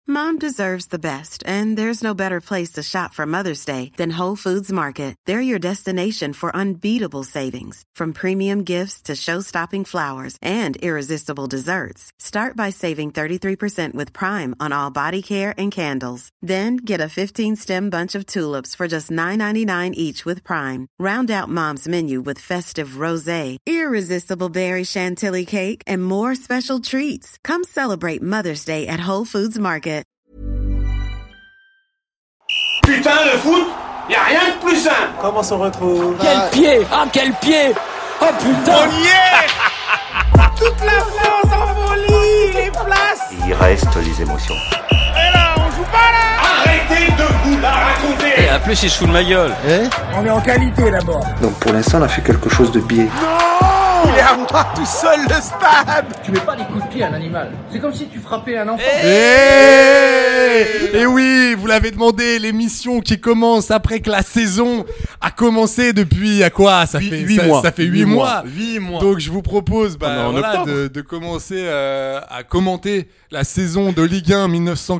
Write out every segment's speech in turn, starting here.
Mom deserves the best, and there's no better place to shop for Mother's Day than Whole Foods Market. They're your destination for unbeatable savings, from premium gifts to show-stopping flowers and irresistible desserts. Start by saving 33% with Prime on all body care and candles. Then get a 15-stem bunch of tulips for just $9.99 each with Prime. Round out Mom's menu with festive rosé, irresistible berry chantilly cake, and more special treats. Come celebrate Mother's Day at Whole Foods Market. Putain, le foot, y a rien de plus simple. Comment s'en retrouve? Quel pied! Ah, quel pied! Oh putain! On y est. Toute la France en folie, les places. Il reste les émotions. Et là, on joue pas là. Arrêtez de vous la raconter. Et en plus, il se fout de ma gueule. On est en qualité d'abord. Donc pour l'instant, on a fait quelque chose de biais. Il est à moi tout seul le stade. Tu mets pas des coups de pied à un animal. C'est comme si tu frappais un enfant. Et oui, vous l'avez demandé, l'émission qui commence après que la saison a commencé depuis, à quoi? Ça fait 8 mois. Ça fait 8 mois. 8 mois. Donc je vous propose de commencer à commenter la saison de Ligue 1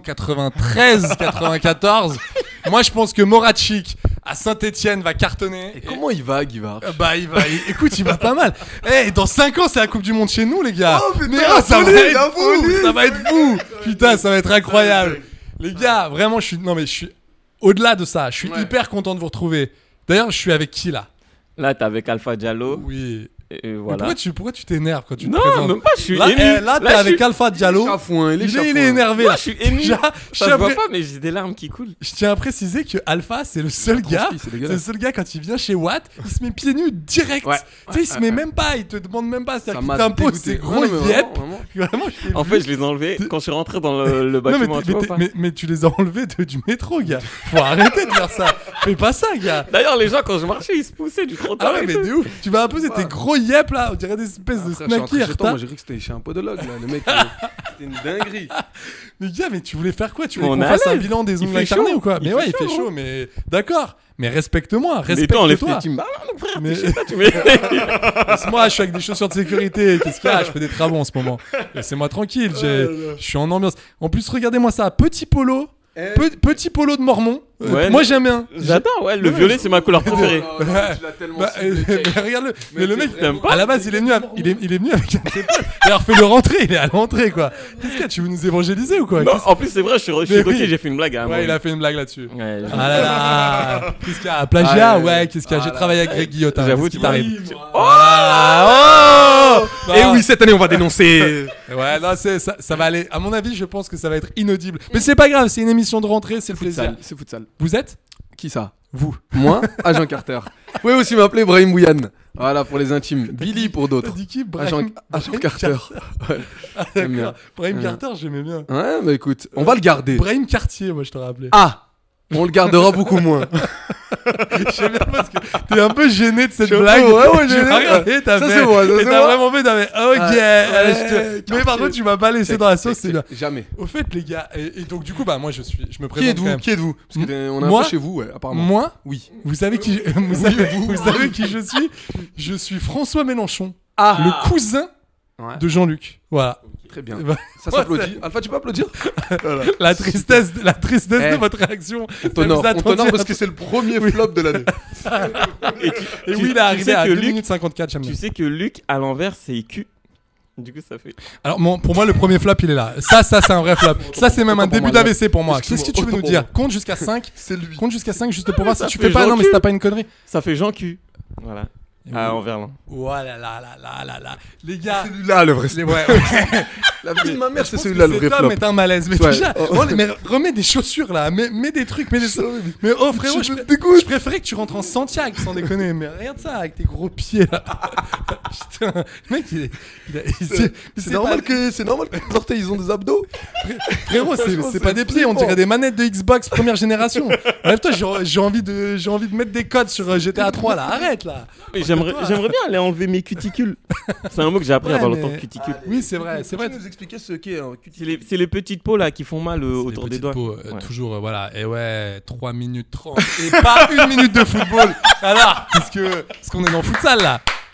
1993-94. Moi, je pense que Morachic à Saint-Etienne va cartonner. Et comment il va, Guivard? Écoute, il va pas mal. Dans 5 ans, c'est la Coupe du Monde chez nous, les gars. Oh putain, ça va être fou. Ça va être fou. Putain, ça va être incroyable. Les gars, vraiment, je suis au-delà de ça. Je suis hyper content de vous retrouver. D'ailleurs, je suis avec qui là? Là, t'es avec Alpha Diallo. Oui. Et voilà. Pourquoi tu t'énerves quand tu te Non, présentes? même pas, je suis là, ému. Là, t'es avec Alpha Diallo. Il est énervé. Moi, là. je suis ému. Ça se voit pas, mais j'ai des larmes qui coulent. Je tiens à préciser que Alpha, c'est le seul gars. C'est le seul gars quand il vient chez Watt, il se met pieds nus direct. Tu sais, il se met même pas, il te demande même pas. C'est-à-dire qu'il t'impose ses gros yep. Vraiment, en fait, je les ai enlevés quand je suis rentré dans le bâtiment. Mais tu les as enlevés du métro, gars. Faut arrêter de faire ça. Fais pas ça, gars. D'ailleurs, les gens, quand je marchais, ils se poussaient du trottoir. Ah ouais, mais de ouf. Tu vas imposer tes gros yep là. On dirait des espèces de snackers. Moi, j'ai cru que c'était chez un podologue là. Le mec, c'était une dinguerie. Mais gars, mais tu voulais faire quoi? Tu voulais qu'on fasse un bilan des ongles incarnés ou quoi? Mais ouais, il fait chaud, mais d'accord. Mais respecte-moi, respecte-toi. Laisse-moi, je suis avec des chaussures de sécurité. Qu'est-ce qu'il y a? Je fais des travaux en ce moment. Laissez-moi tranquille, je suis en ambiance. En plus, regardez-moi ça, petit polo. Petit polo de Mormon. Moi j'aime bien. J'adore, ouais. Le violet, c'est ma couleur préférée. Tu l'as tellement regarde-le. Mais le mec, à la base, il est venu avec un de ses potes. D'ailleurs, fais-le rentrer. Il est à l'entrée, quoi. Qu'est-ce qu'il y a? Tu veux nous évangéliser ou quoi? Non, en plus, c'est vrai, je suis bloqué. J'ai fait une blague. Ouais, il a fait une blague là-dessus. Ouais, ah là là. Qu'est-ce qu'il y a? Plagiat? Ouais, qu'est-ce qu'il y a? J'ai travaillé avec Greg Guillotin. J'avoue, tu t'arrives. Oh! Et oui, cette année, on va dénoncer. Ouais, non, ça va aller. À mon avis, je pense que ça va être inaudible. Mais c'est pas grave, c'est une émission de rentrée, c'est le plaisir. C'est futsal. Vous êtes? Qui ça? Vous. Moi, Agent Carter. Vous pouvez aussi m'appeler Brahim Bouyan. Voilà, pour les intimes. Billy pour d'autres. T'as dit qui? Agent Carter. Ouais. Ah, d'accord. Brahim Carter, j'aimais bien. Ouais, bah écoute, on va le garder. Brahim Cartier, moi je te rappelais. Ah! On le gardera beaucoup moins. J'aime bien parce que t'es un peu gêné de cette blague. Ouais, gêné. Ça c'est moi, ça et t'as vraiment fait, ok. Mais par contre, tu m'as pas laissé dans la sauce, c'est bien. Jamais. Au fait, les gars, et donc du coup, bah moi je me présente. Qui êtes-vous? Parce qu'on est un peu chez vous, ouais, apparemment. Moi? Oui. Vous savez qui je suis? Je suis François Mélenchon, le cousin de Jean-Luc. Voilà. Très bien. Ça s'applaudit. Alpha, tu peux applaudir? Voilà. La tristesse de votre réaction. On t'honore parce que c'est le premier flop de l'année. Et oui, il est arrivé à 2 minutes 54. Tu sais que Luc, à l'envers, c'est Q. Du coup, ça fait. Alors, pour moi, le premier flop, il est là. Ça, c'est un vrai flop. Ça, c'est même un début d'AVC pour moi. Qu'est-ce que tu veux nous dire? Compte jusqu'à 5. C'est lui. Compte jusqu'à 5 juste pour voir si tu fais pas. Non, mais si t'as pas une connerie. Ça fait Jean Q. Voilà. Ah, envers là. Voilà, là. Les gars. C'est celui-là le vrai flop. Ouais. La vie de ma mère, c'est celui-là le vrai flop. Cet homme est un malaise. Mais déjà, mais remets des chaussures là. Mets des trucs. Mais oh frérot, je préférais que tu rentres en Santiago sans déconner. Mais regarde ça avec tes gros pieds là. Putain, le mec, c'est normal que les orteils ils ont des abdos. Frérot, c'est pas des pieds, on dirait des manettes de Xbox première génération. Bref, toi, j'ai envie de mettre des codes sur GTA 3 là. Arrête là. J'aimerais bien aller enlever mes cuticules. C'est un mot que j'ai appris il y a pas longtemps, cuticule. Oui, c'est vrai. Tu peux nous expliquer ce qu'est un cuticule? C'est les petites peaux là qui font mal autour des doigts. Peaux, toujours, voilà. Et ouais, 3 minutes 30. Et pas 1 minute de football. Alors, parce qu'on est dans futsal là.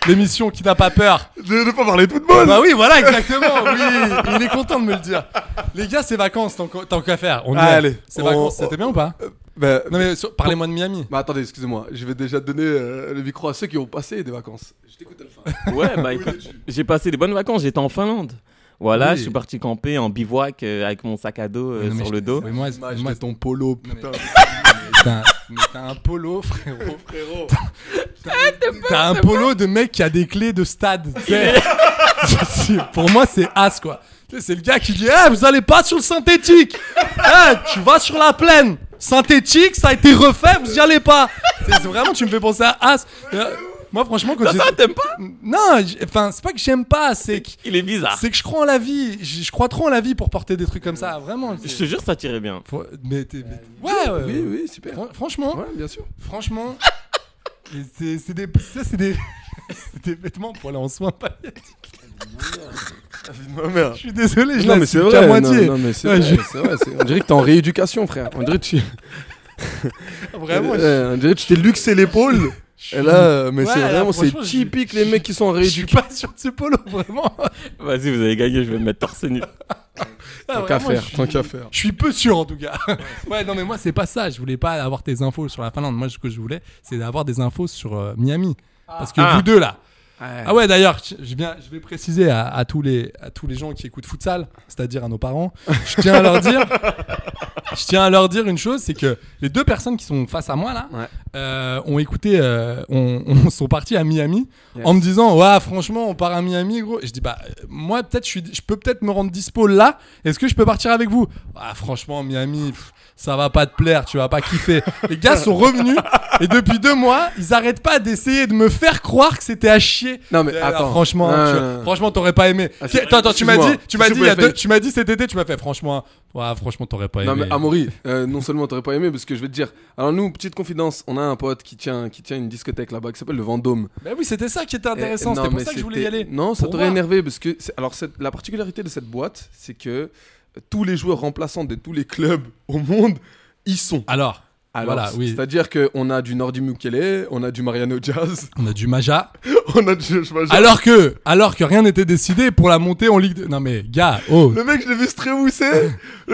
l'émission qui n'a pas peur. De ne pas parler de football. Bah oui, voilà, exactement. Oui, il est content de me le dire. Les gars, c'est vacances, tant qu'à faire. On y est. Allez, C'est vacances, c'était bien ou pas? Bah, Non mais parlez-moi de Miami. bah attendez, excusez-moi, je vais déjà donner le micro à ceux qui ont passé des vacances. Je t'écoute Alpha. Ouais, bah écoute, j'ai passé des bonnes vacances, j'étais en Finlande. Voilà, Oui. je suis parti camper en bivouac avec mon sac à dos Oui, non, mais sur le dos. Oui, moi, Moi, ton polo, Non, mais- putain. t'as un polo, frérot. T'as un polo de mec qui a des clés de stade. Tu sais. Pour moi, c'est as quoi. Tu sais, c'est le gars qui dit vous allez pas sur le synthétique. Tu vas sur la plaine. Synthétique, ça a été refait, vous y allez pas. C'est vraiment, tu me fais penser à as. Moi, franchement, quand Ça, t'aimes pas? Non, enfin, c'est pas que j'aime pas, c'est que. Il est bizarre. C'est que je crois en la vie. Je crois trop en la vie pour porter des trucs comme ça. Vraiment. Je te jure, ça tirait bien. Ouais. Oui, super. Franchement. Ouais, bien sûr. Franchement, c'est des vêtements pour aller en soins palliatifs. Ma mère. Je suis désolé, je Non, la mais c'est suis qu'à vrai. moitié. Non, mais c'est Ouais, vrai. C'est vrai. On dirait que t'es en rééducation, frère. On dirait que tu. Vraiment, On dirait que tu t'es luxé l'épaule. Et là, mais Ouais, c'est là, vraiment, c'est franchement, typique les mecs qui sont en je suis rééducation. pas sur ce polo, vraiment. Vas-y, vous avez gagné, je vais me mettre torse nu. Tant qu'à Vraiment, faire, tant qu'à faire. Je suis peu sûr en tout cas. Ouais, non, mais moi, c'est pas ça. Je voulais pas avoir tes infos sur la Finlande. Moi, ce que je voulais, c'est d'avoir des infos sur Miami. Parce que vous deux là. Ah ouais, d'ailleurs, je vais préciser à tous les gens qui écoutent Futsal, c'est-à-dire à nos parents, je tiens à leur dire une chose, c'est que les deux personnes qui sont face à moi là, ont écouté, sont partis à Miami en me disant ouais, franchement, on part à Miami, gros. Et je dis bah moi peut-être je peux peut-être me rendre dispo là. Est-ce que je peux partir avec vous? Ah, franchement, Miami. Ça va pas te plaire, tu vas pas kiffer. Les gars sont revenus et depuis 2 mois, ils arrêtent pas d'essayer de me faire croire que c'était à chier. Non, mais attends. Franchement, franchement, t'aurais pas aimé. Attends, tu m'as dit cet été, tu m'as fait franchement, t'aurais pas aimé. Non mais Amaury, non seulement t'aurais pas aimé, parce que je vais te dire. Alors nous, petite confidence, on a un pote qui tient une discothèque là-bas qui s'appelle le Vendôme. Bah oui, c'était ça qui était intéressant. C'était pour ça que je voulais y aller. Non, ça Pour t'aurait voir. énervé parce que la particularité de cette boîte, c'est que tous les joueurs remplaçants de tous les clubs au monde, ils sont. Alors, voilà, oui. C'est-à-dire qu'on a du Nordi Mukele, on a du Mariano Jazz, On a du Maja. on a du Josh Maja. Alors que rien n'était décidé pour la montée en Ligue 2. Non mais gars, Le mec, je l'ai vu se trémousser.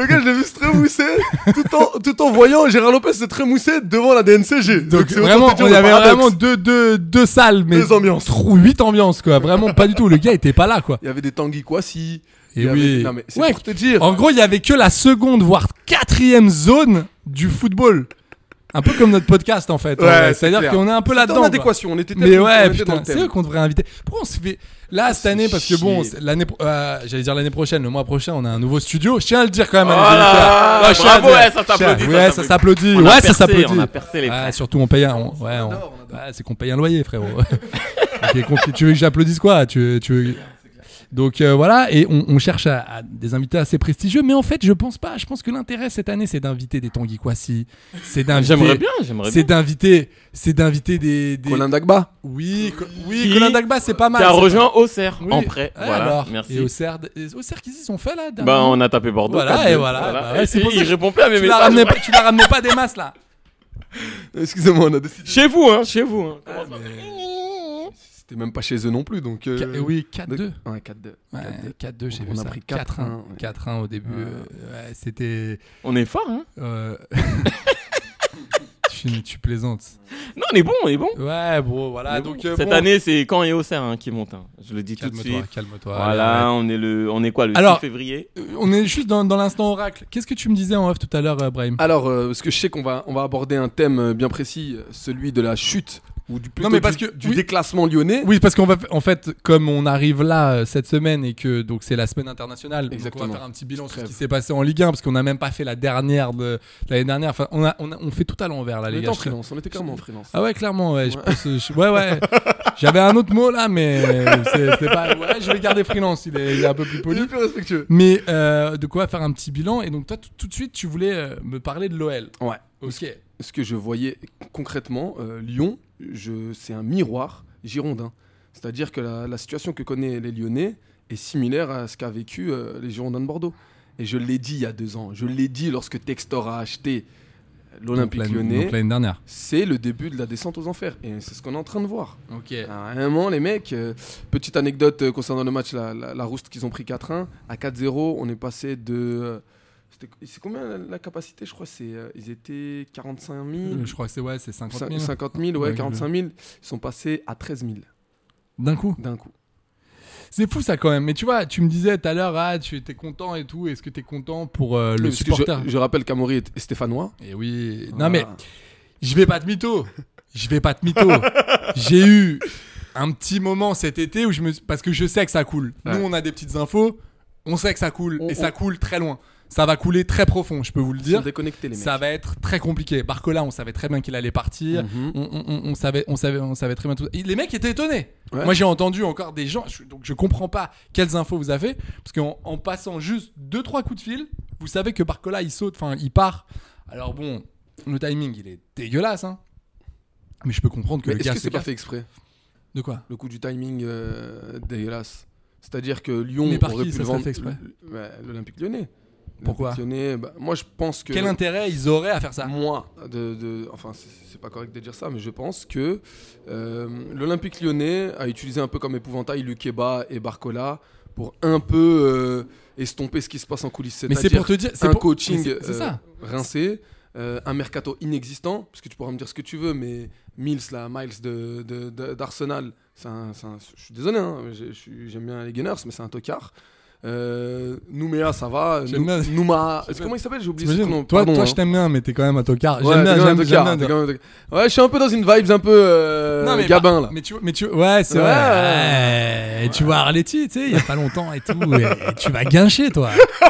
Tout en voyant Gérard Lopez se trémousser devant la DNCG. Donc c'est vraiment, autant te dire il y le avait paradoxe. vraiment deux salles, mais 2 ambiances. 8 ambiances quoi. Vraiment pas du tout. Le gars était pas là quoi. Il y avait des Tanguy Kouassi. Et oui. Non mais c'est Ouais. pour te dire. En gros, il y avait que la seconde voire 4e zone du football. Un peu comme notre podcast en fait. Ouais, C'est-à-dire clair. qu'on est un peu C'était là-dedans. en quoi. adéquation, on était Mais tellement- on ouais, était dans putain, le c'est thème. eux qu'on devrait inviter. Pourquoi on se fait là cette année? Parce que bon, chier. j'allais dire l'année prochaine, le mois prochain, on a un nouveau studio. Je tiens à le dire quand même. À nos Voilà. auditeurs. Ouais, je tiens à Bravo, le dire. ouais, ça s'applaudit, Ouais, ça s'applaudit. On a Ouais, ça percé, s'applaudit. on a percé les Ouais, frères. surtout on paye c'est qu'on paye un loyer, frérot. Ok, tu veux que j'applaudisse quoi? Tu veux... Donc voilà, et on cherche à des invités assez prestigieux, mais en fait, je pense pas. Je pense que l'intérêt cette année, c'est d'inviter des Tanguy Kouassi. J'aimerais bien. C'est d'inviter des... Colin Dagba. Oui, Qui- Colin Dagba, c'est pas mal. Qui a c'est rejoint Auxerre Oui. en prêt. Ouais, Voilà, alors. merci. Et Auxerre, qu'est-ce qu'ils ont fait là Bah, dernièrement on a tapé Bordeaux. Voilà, 4-2. et voilà. Bah ouais, c'est pour ça il que répond plus à mes tu la messages. ramenais pas des masses là. Excusez-moi, on a décidé. Chez vous, hein. C'était même pas chez eux non plus, donc. Oui, 4-2. Ouais, 4-2. Ouais, 4-2, j'ai On vu a ça. pris 4-1. 4-1, ouais. 4-1 au début. Ouais, c'était. On est fort, hein. Tu plaisantes. Non, on est bon. Ouais, bon, voilà. Donc, Cette bon. année, c'est Caen et Auxerre hein, qui montent. Hein. Je le dis tout de suite. Calme-toi. Voilà, Allez, on est quoi, le Alors, 6 février on est juste dans l'instant oracle. Qu'est-ce que tu me disais en off tout à l'heure, Brahim? Alors, parce que je sais qu'on va aborder un thème bien précis, celui de la chute, ou plutôt mais parce que- du oui. déclassement lyonnais. Oui, parce en fait, comme on arrive là cette semaine et que donc c'est la semaine internationale, donc on Exactement. va faire un petit bilan sur ce Crève. qui s'est passé en Ligue 1 parce qu'on n'a même pas fait la dernière de l'année dernière. Enfin, on fait tout à l'envers là, On les était gars. en freelance, on était clairement en freelance. Ah ouais, clairement, ouais. Ouais. J'avais un autre mot là, mais c'était pas. Ouais, je vais garder freelance. Il est un peu plus Il poli. est plus respectueux. Mais de quoi faire un petit bilan. Et donc toi, tout de suite, tu voulais me parler de l'OL. Ouais. Ok. Ce que je voyais concrètement, Lyon, c'est un miroir girondin. C'est-à-dire que la situation que connaissent les Lyonnais est similaire à ce qu'a vécu les Girondins de Bordeaux. Et je l'ai dit il y a 2 ans. Je l'ai dit lorsque Textor a acheté L'Olympique Lyonnais, donc l'année dernière. c'est le début de la descente aux enfers. Et c'est ce qu'on est en train de voir. Ok. À un moment, les mecs, petite anecdote concernant le match, la rouste qu'ils ont pris 4-1. À 4-0, on est passé de... c'est combien la capacité? Je crois ils étaient 45 000. Je crois que c'est 50 000. 50 000, ouais, 45 000. Ils sont passés à 13 000. D'un coup. C'est fou ça quand même. Mais tu vois, tu me disais tout à l'heure, tu étais content et tout. Est-ce que tu es content pour le supporter? Je rappelle qu'Amaury est stéphanois. Et oui. Non mais, je vais pas te mytho. J'ai eu un petit moment cet été où parce que je sais que ça coule. Ouais. Nous, on a des petites infos. On sait que ça coule. Et ça coule très loin. Ça va couler très profond, je peux vous le dire. Ils sont déconnectés, les mecs. Ça va être très compliqué. Barcola, on savait très bien qu'il allait partir. On savait très bien tout. Et les mecs étaient étonnés. Ouais. Moi, j'ai entendu encore des gens. Donc, je comprends pas quelles infos vous avez. Parce qu'en passant juste 2-3 coups de fil, vous savez que Barcola, il saute, enfin, il part. Alors bon, le timing, il est dégueulasse. Hein. Mais je peux comprendre que mais le gars. Est-ce que c'est pas fait exprès? De quoi? Le coup du timing dégueulasse. C'est-à-dire que Lyon mais par aurait qui pu ça le vendre. Fait exprès L'Olympique Lyonnais. Pourquoi? Moi je pense que... Quel intérêt ils auraient à faire ça? Moi, enfin c'est pas correct de dire ça, mais je pense que l'Olympique Lyonnais a utilisé un peu comme épouvantail Lukeba et Barcola pour un peu estomper ce qui se passe en coulisses. Mais c'est pour te dire... coaching ça. rincé, un mercato inexistant, parce que tu pourras me dire ce que tu veux, mais Miles d'Arsenal, je suis désolé, hein, j'aime bien les Gunners, mais c'est un tocard. Nouméa, ça va. Nouma. Comment il s'appelle? J'ai oublié son nom. Toi, je t'aime bien, mais t'es quand même un tocard. Ouais, j'aime bien. Ouais, je suis un peu dans une vibes un peu Gabin là. Mais tu ouais, c'est vrai. Et tu vois Arletty, tu sais, il y a pas longtemps et tout. Et tu vas guincher, toi.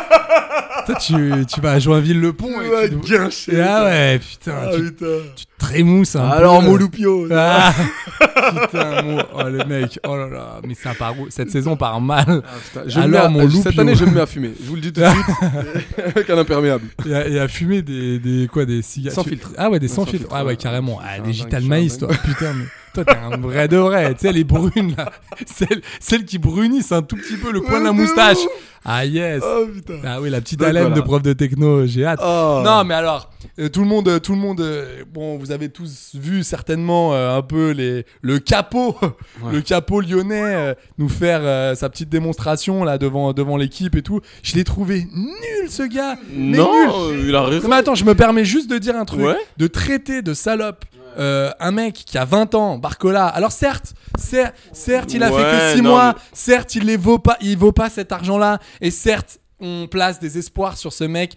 Toi, tu vas à Joinville-le-Pont. Tu vas guincher. Ah ouais, putain. Tu te trémousses. Alors, mon loupio. Ah. Putain, oh le mec, oh là là, mais ça part où? Cette saison part mal. Cette année, je me mets à fumer. Je vous le dis tout de suite, avec un imperméable. Et à fumer des cigares. Sans filtre. Ah ouais, des sans filtre. Ah ouais, carrément. Des Gital Maïs, toi. Putain, mais toi, t'es un vrai de vrai. Tu sais, les brunes, là. Celles qui brunissent un tout petit peu le coin de la moustache. Ah yes. Oh, putain. Ah oui, la petite haleine de prof de techno, j'ai hâte. Oh. Non, mais alors, tout le monde, bon, vous avez tous vu certainement un peu le capot, le capot lyonnais nous faire sa petite démonstration là devant l'équipe et tout. Je l'ai trouvé nul, ce gars. Non, nul. Il a raison. Mais attends, je me permets juste de dire un truc, de traiter de salope. Un mec qui a 20 ans, Barcola. Alors certes, il a fait que 6 mois. Mais... Certes, il vaut pas cet argent-là. Et certes, on place des espoirs sur ce mec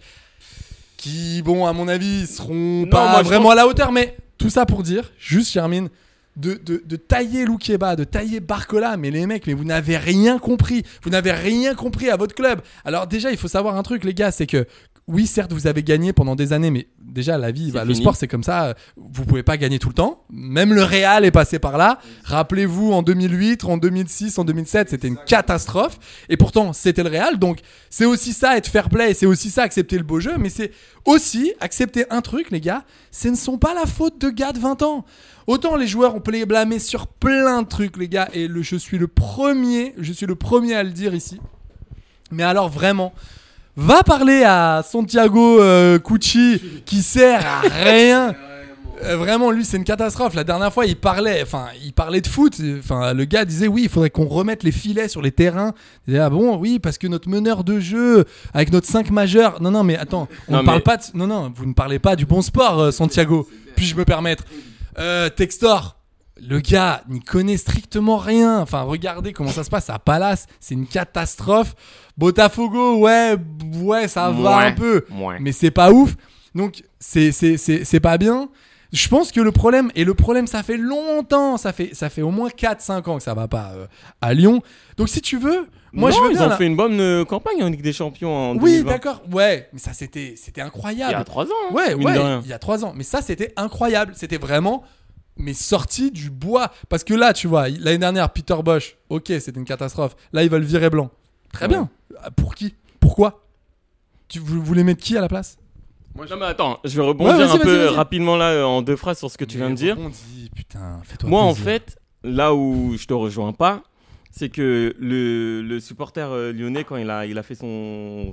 qui, bon, à mon avis, seront pas vraiment à la hauteur. Mais tout ça pour dire, juste, Germine, de tailler Lukeba, de tailler Barcola, mais les mecs, mais vous n'avez rien compris. Vous n'avez rien compris à votre club. Alors déjà, il faut savoir un truc, les gars, c'est que oui, certes, vous avez gagné pendant des années, mais déjà, la vie, le sport, c'est comme ça. Vous pouvez pas gagner tout le temps. Même le Real est passé par là. Rappelez-vous, en 2008, en 2006, en 2007, c'était une catastrophe. Et pourtant, c'était le Real. Donc, c'est aussi ça, être fair play. C'est aussi ça, accepter le beau jeu. Mais c'est aussi accepter un truc, les gars. Ce ne sont pas la faute de gars de 20 ans. Autant les joueurs, on peut les blâmer sur plein de trucs, les gars. Et je suis le premier à le dire ici. Mais alors, vraiment... Va parler à Santiago Cucci qui sert à rien. Vraiment, lui, c'est une catastrophe. La dernière fois, il parlait de foot. Enfin, le gars disait oui, il faudrait qu'on remette les filets sur les terrains. Il disait, ah bon, oui, parce que notre meneur de jeu avec notre 5 majeurs. Non, mais attends, vous ne parlez pas du bon sport, Santiago. Puis-je me permettre Textor. Le gars n'y connaît strictement rien. Enfin, regardez comment ça se passe à Palace. C'est une catastrophe. Botafogo, ouais, ça va un peu. Mais c'est pas ouf. Donc, c'est pas bien. Je pense que le problème, ça fait longtemps, ça fait au moins 4-5 ans que ça va pas à Lyon. Donc, si tu veux, moi je veux bien. Ils ont fait une bonne campagne en Ligue des Champions en 2020. Oui, d'accord. Ouais, mais ça, c'était incroyable. Il y a 3 ans. Ouais, il y a 3 ans. Mais ça, c'était incroyable. C'était vraiment... mais sorti du bois. Parce que là, tu vois, l'année dernière, Peter Bosch, ok, c'était une catastrophe. Là, ils veulent virer Blanc. Très bien. Pour qui? Pourquoi? Vous voulez mettre qui à la place? Non, mais attends, je vais rebondir vas-y. Rapidement là, en 2 phrases sur ce que tu viens de dire. Putain, fais-toi moi, plaisir. en fait, là où je te rejoins pas, c'est que le supporter lyonnais, quand il a fait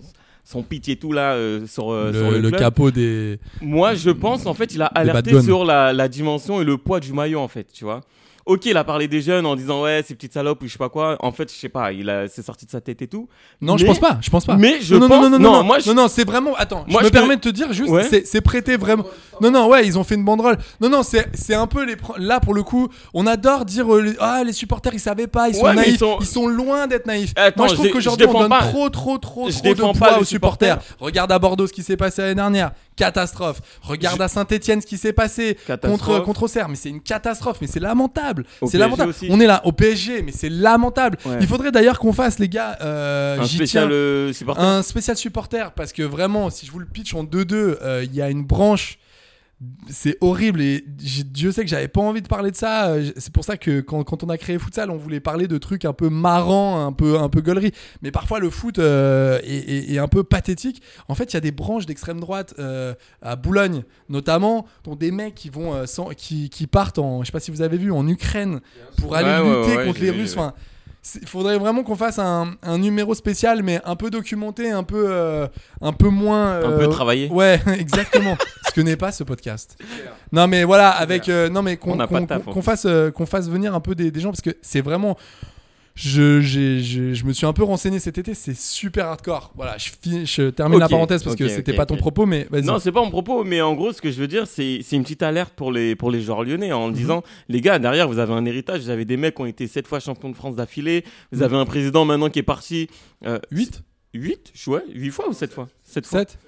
son pitch et tout là sur le le club. capot des. Moi, je pense en fait, il a bad alerté guns. sur la dimension et le poids du maillot en fait, tu vois. Ok, il a parlé des jeunes en disant ouais, ces petites salopes ou je sais pas quoi. En fait, je sais pas, c'est sorti de sa tête et tout. Non, je pense pas. Mais je non, pense. Non, c'est vraiment. Attends, Moi, je me je permets de te dire juste, Ouais. c'est prêté vraiment. Non, ouais, ils ont fait une banderole. Non, c'est un peu là pour le coup. On adore dire les supporters ils savaient pas, ils sont Ouais, mais naïfs. Ils sont loin d'être naïfs. Attends, Moi, je trouve je qu'aujourd'hui on défends donne pas. trop Je de défends poids pas aux les supporters. supporters. Regarde à Bordeaux ce qui s'est passé l'année dernière, catastrophe. Regarde à Saint-Etienne ce qui s'est passé contre Auxerre, mais c'est une catastrophe, mais c'est lamentable. Au C'est PSG lamentable. aussi. On est là au PSG, mais c'est lamentable. Ouais. Il faudrait d'ailleurs qu'on fasse les gars. Un j'y spécial tiens. supporter. Un spécial supporter parce que vraiment si je vous le pitch en 2-2 il y a une branche, c'est horrible et Dieu sait que j'avais pas envie de parler de ça. C'est pour ça que quand on a créé Futsal on voulait parler de trucs un peu marrants, un peu gaulerie, mais parfois le foot est un peu pathétique. En fait il y a des branches d'extrême droite à Boulogne notamment, dont des mecs qui vont qui partent je sais pas si vous avez vu, en Ukraine pour aller lutter contre les Russes. Enfin, il faudrait vraiment qu'on fasse un numéro spécial, mais un peu documenté, un peu moins. Un peu travaillé. Ouais, exactement. Ce que n'est pas ce podcast. Non, mais voilà, avec non, mais On n'a pas de taf, en qu'on fasse venir un peu des gens parce que c'est vraiment. Je me suis un peu renseigné cet été, c'est super hardcore. Voilà, je termine la parenthèse parce que c'était pas ton propos, mais vas-y. Non, c'est pas mon propos, mais en gros, ce que je veux dire, c'est une petite alerte pour les joueurs lyonnais en disant, les gars, derrière, vous avez un héritage, vous avez des mecs qui ont été 7 fois champions de France d'affilée, vous avez un président maintenant qui est parti. 8 Ouais, 8 fois ou 7 fois 7 fois. 7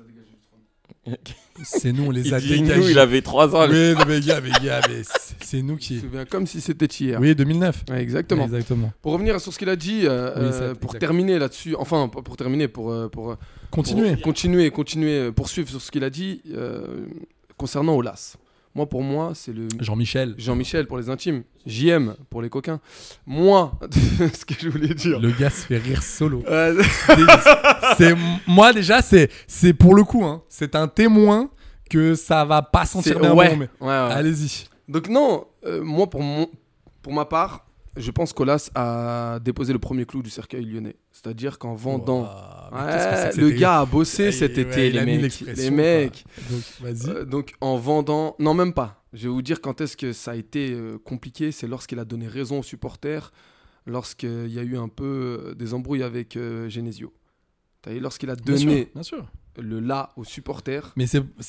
C'est nous, on les a Il dit dégagés. nous, il avait 3 ans. Oui, mais gars, mais c'est nous qui. Je me souviens comme si c'était hier. Oui, 2009. Ouais, exactement. Exactement. Pour revenir sur ce qu'il a dit, pour terminer là-dessus, enfin pour terminer, pour Continuez. poursuivre sur ce qu'il a dit concernant Aulas. Pour moi, c'est le Jean-Michel pour les intimes, JM pour les coquins. Moi, ce que je voulais dire. Le gars se fait rire solo. Moi déjà, c'est pour le coup, hein, c'est un témoin que ça va pas sentir bien. Ouais. Allez-y. Donc non, moi pour ma part, je pense qu'Aulas a déposé le premier clou du cercueil lyonnais. C'est-à-dire qu'en vendant... le gars a bossé cet été, les mecs. Donc, vas-y. Donc en vendant... Non, même pas. Je vais vous dire quand est-ce que ça a été compliqué. C'est lorsqu'il a donné raison aux supporters, lorsqu'il y a eu un peu des embrouilles avec Genesio. Lorsqu'il a donné bien sûr. le là aux supporters, mais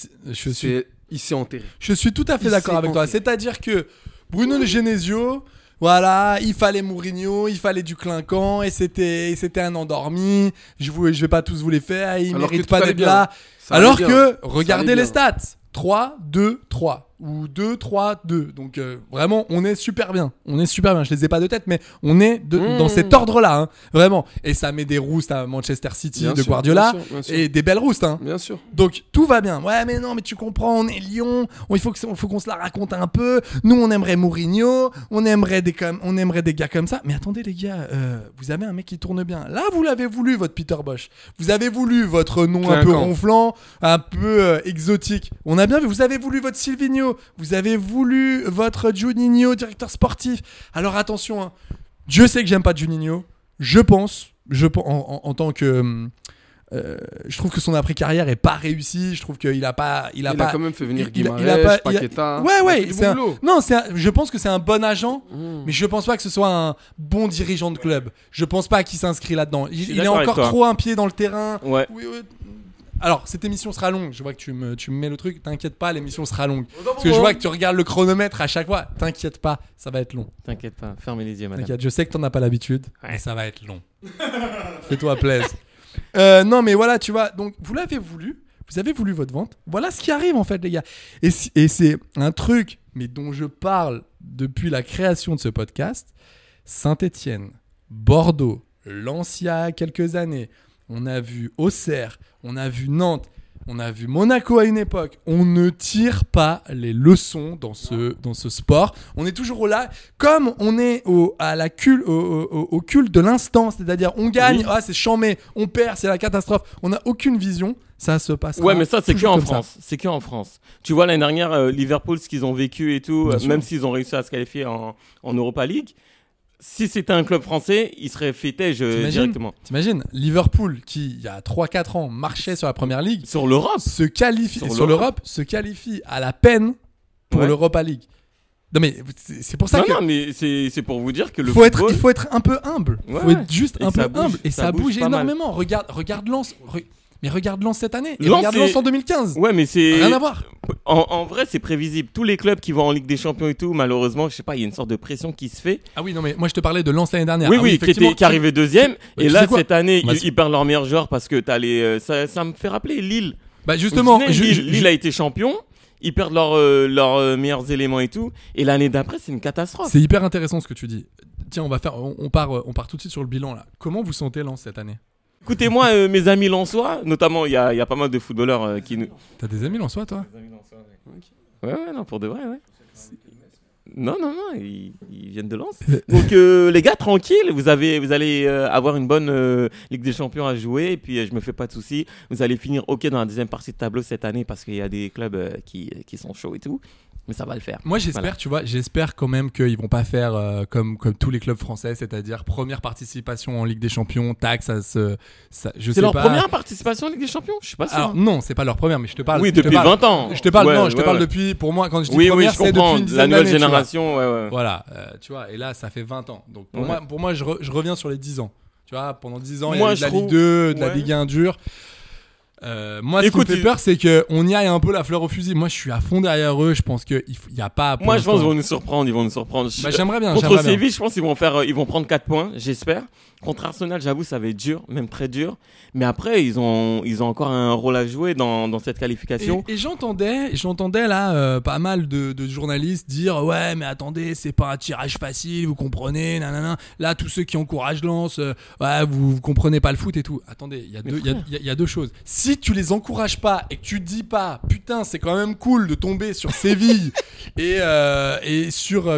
il s'est enterré. Je suis tout à fait d'accord avec toi. C'est-à-dire que Bruno de Genesio... Voilà, il fallait Mourinho, il fallait du clinquant et c'était un endormi. Je vais pas tous vous les faire, il mérite pas d'être là. Alors que regardez les stats. 3, 2, 3 ou 2, 3, 2. Donc vraiment, on est super bien. Je les ai pas de tête, mais on est dans cet ordre-là, hein, vraiment. Et ça met des roustes à Manchester City de Guardiola et des belles roustes, hein. Bien sûr. Donc tout va bien. Ouais, mais non, mais tu comprends, on est Lyon. Il faut qu'on se la raconte un peu. Nous, on aimerait Mourinho, on aimerait des gars comme ça. Mais attendez les gars, vous avez un mec qui tourne bien. Là, vous l'avez voulu votre Peter Bosch. Vous avez voulu votre nom un peu ronflant, un peu exotique. On a bien vu. Vous avez voulu votre Silvinho. Vous avez voulu votre Juninho, directeur sportif. Alors attention, hein. Dieu sait que j'aime pas Juninho. Je pense en tant que je trouve que son après-carrière est pas réussi. Je trouve qu'il a pas. Il a quand même fait venir Guimarães, Paqueta. Ouais. Je pense que c'est un bon agent, mais je pense pas que ce soit un bon dirigeant de club. Je pense pas qu'il s'inscrit là-dedans. Il est encore trop un pied dans le terrain. Ouais. Oui. Alors, cette émission sera longue. Je vois que tu me mets le truc. T'inquiète pas, l'émission sera longue. Parce que je vois que tu regardes le chronomètre à chaque fois. T'inquiète pas, ça va être long. T'inquiète pas, fermez les yeux, madame. T'inquiète, je sais que t'en as pas l'habitude, mais ça va être long. Fais-toi plaisir. Non, mais voilà, tu vois. Donc, vous l'avez voulu. Vous avez voulu votre vente. Voilà ce qui arrive, en fait, les gars. Et c'est un truc, mais dont je parle depuis la création de ce podcast. Saint-Etienne, Bordeaux, Lens il y a quelques années. On a vu Auxerre, on a vu Nantes, on a vu Monaco à une époque. On ne tire pas les leçons dans ce sport. On est toujours là, comme on est au culte de l'instant. C'est-à-dire, on gagne, c'est chambé, on perd, c'est la catastrophe. On n'a aucune vision, ça se passe. Ouais, mais ça, c'est que en France. C'est que en France. Tu vois, l'année dernière, Liverpool, ce qu'ils ont vécu et tout, même s'ils ont réussi à se qualifier en Europa League, Si c'était un club français, il serait fêté directement. T'imagines Liverpool, qui il y a 3-4 ans marchait sur la première ligue, Sur l'Europe. se qualifie sur l'Europe, se qualifie à la peine pour Ouais. l'Europa League. Non mais c'est pour ça Non, que non, mais c'est pour vous dire que le il faut être un peu humble. Il faut Ouais, être juste et un peu ça bouge, humble et ça ça bouge bouge pas mal. énormément. Regarde Lens. Mais regarde Lens cette année et Lens, regarde c'est- Lens en 2015. Ouais, mais c'est. Rien à voir. En vrai, c'est prévisible. Tous les clubs qui vont en Ligue des Champions et tout, malheureusement, je sais pas, il y a une sorte de pression qui se fait. Ah oui, non mais moi je te parlais de Lens l'année dernière. Oui, Ah oui, effectivement, qui arrivait deuxième. Mais Et tu là, sais quoi cette année, Vas-y. ils perdent leurs meilleurs joueurs parce que t'as les. Ça me fait rappeler Lille. Bah justement, Vous vous souvenez, Lille a été champion. Ils perdent leurs meilleurs éléments et tout. Et l'année d'après, c'est une catastrophe. c'est hyper intéressant ce que tu dis. Tiens, on part tout de suite sur le bilan là. Comment vous sentez Lens cette année? Écoutez-moi, mes amis lensois, notamment, il y a pas mal de footballeurs qui nous. T'as des amis lensois toi? Ouais, non, pour de vrai, ouais. Non, ils viennent de Lens. Donc, les gars, tranquille, vous allez avoir une bonne Ligue des Champions à jouer. Et puis, je me fais pas de soucis. Vous allez finir OK dans la deuxième partie de tableau cette année parce qu'il y a des clubs qui sont chauds et tout. Mais ça va le faire. Moi j'espère, Voilà. tu vois, j'espère quand même qu'ils vont pas faire comme tous les clubs français, c'est-à-dire première participation en Ligue des Champions, tac, je C'est sais leur pas. première participation en Ligue des Champions? Je suis pas sûr. Alors non, c'est pas leur première, mais je te parle. Oui, je te depuis parle- 20 ans. Je te parle, Ouais, non, je te ouais, parle ouais. depuis. Pour moi, quand je dis Oui, première, je c'est depuis comprends. une dizaine La nouvelle d'années, tu vois. génération, ouais. Voilà, tu vois, et là ça fait 20 ans. Donc pour Ouais. moi, je reviens sur les 10 ans. Tu vois, pendant 10 ans, il y Moi, a eu de je la Ligue trouve- 2, de la ouais. Ligue 1 dure. Moi, ce Écoute, qui me fait peur, c'est qu'on y aille un peu la fleur au fusil. Moi, je suis à fond derrière eux. Je pense qu'il n'y a pas. pour Moi, je pense l'instant- qu'ils vont nous surprendre. Bah, j'aimerais bien. Contre j'aimerais bien. Séville, je pense qu'ils vont prendre 4 points, j'espère. Contre Arsenal, j'avoue, ça va être dur, même très dur. Mais après, ils ont encore un rôle à jouer dans cette qualification. Et j'entendais là pas mal de journalistes dire ouais mais attendez c'est pas un tirage facile vous comprenez nanana là tous ceux qui encouragent Lens ouais vous comprenez pas le foot et tout. Attendez il y a deux choses. Si tu les encourages pas et que tu dis pas putain c'est quand même cool de tomber sur Séville et sur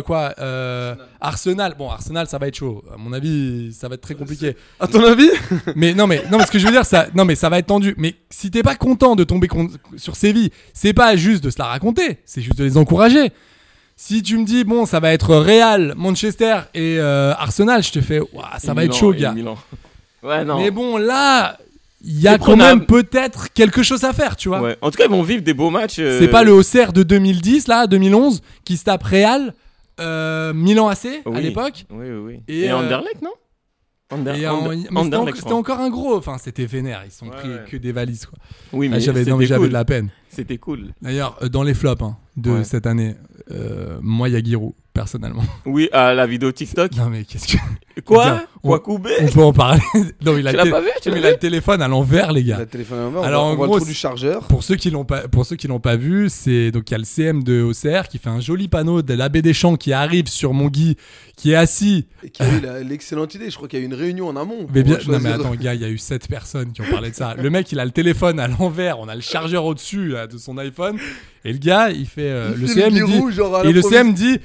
Arsenal. Bon Arsenal ça va être chaud à mon avis ça va être très compliqué. À ton avis? Mais non, ce que je veux dire, ça va être tendu. Mais si t'es pas content de tomber sur Séville, c'est pas juste de se la raconter, c'est juste de les encourager. Si tu me dis, bon, ça va être Real, Manchester et Arsenal, je te fais, ouah, ça va être chaud, gars. Ouais, non. Mais bon, là, il y a C'est quand même prenable. peut-être quelque chose à faire, tu vois. Ouais. En tout cas, ils vont vivre des beaux matchs. C'est pas le Auxerre de 2010, là, 2011, qui se tape Real, Milan AC à Oui. l'époque. Oui. Et, Et Anderlecht, non Mais c'était encore un gros, enfin c'était vénère, ils sont pris que des valises quoi. Oui, mais J'avais c'était de cool. la peine. C'était cool. D'ailleurs, dans les flops de cette année, moi il y a Giroud, personnellement. Oui, à la vidéo TikTok. Non mais qu'est-ce que... Quoi Tiens, Quoi Koubé On peut en parler. Non, il a Tu l'as pas vu, tu l'as il vu a le téléphone à l'envers les gars. Le téléphone à l'envers, Alors, on en voit gros, le trou du chargeur. Pour ceux qui l'ont pas vu, c'est donc il y a le CM de Auxerre qui fait un joli panneau de l'abbé Deschamps qui arrive sur mon Guy qui est assis. Et qui a eu l'excellente idée. Je crois qu'il y a eu une réunion en amont. Mais pour bien, non choisir- mais attends gars, il y a eu 7 personnes qui ont parlé de ça. Le mec, il a le téléphone à l'envers, on a le chargeur au-dessus là, de son iPhone et le gars, il fait Il le fait CM Giroud, dit genre à et le l'improviste. CM dit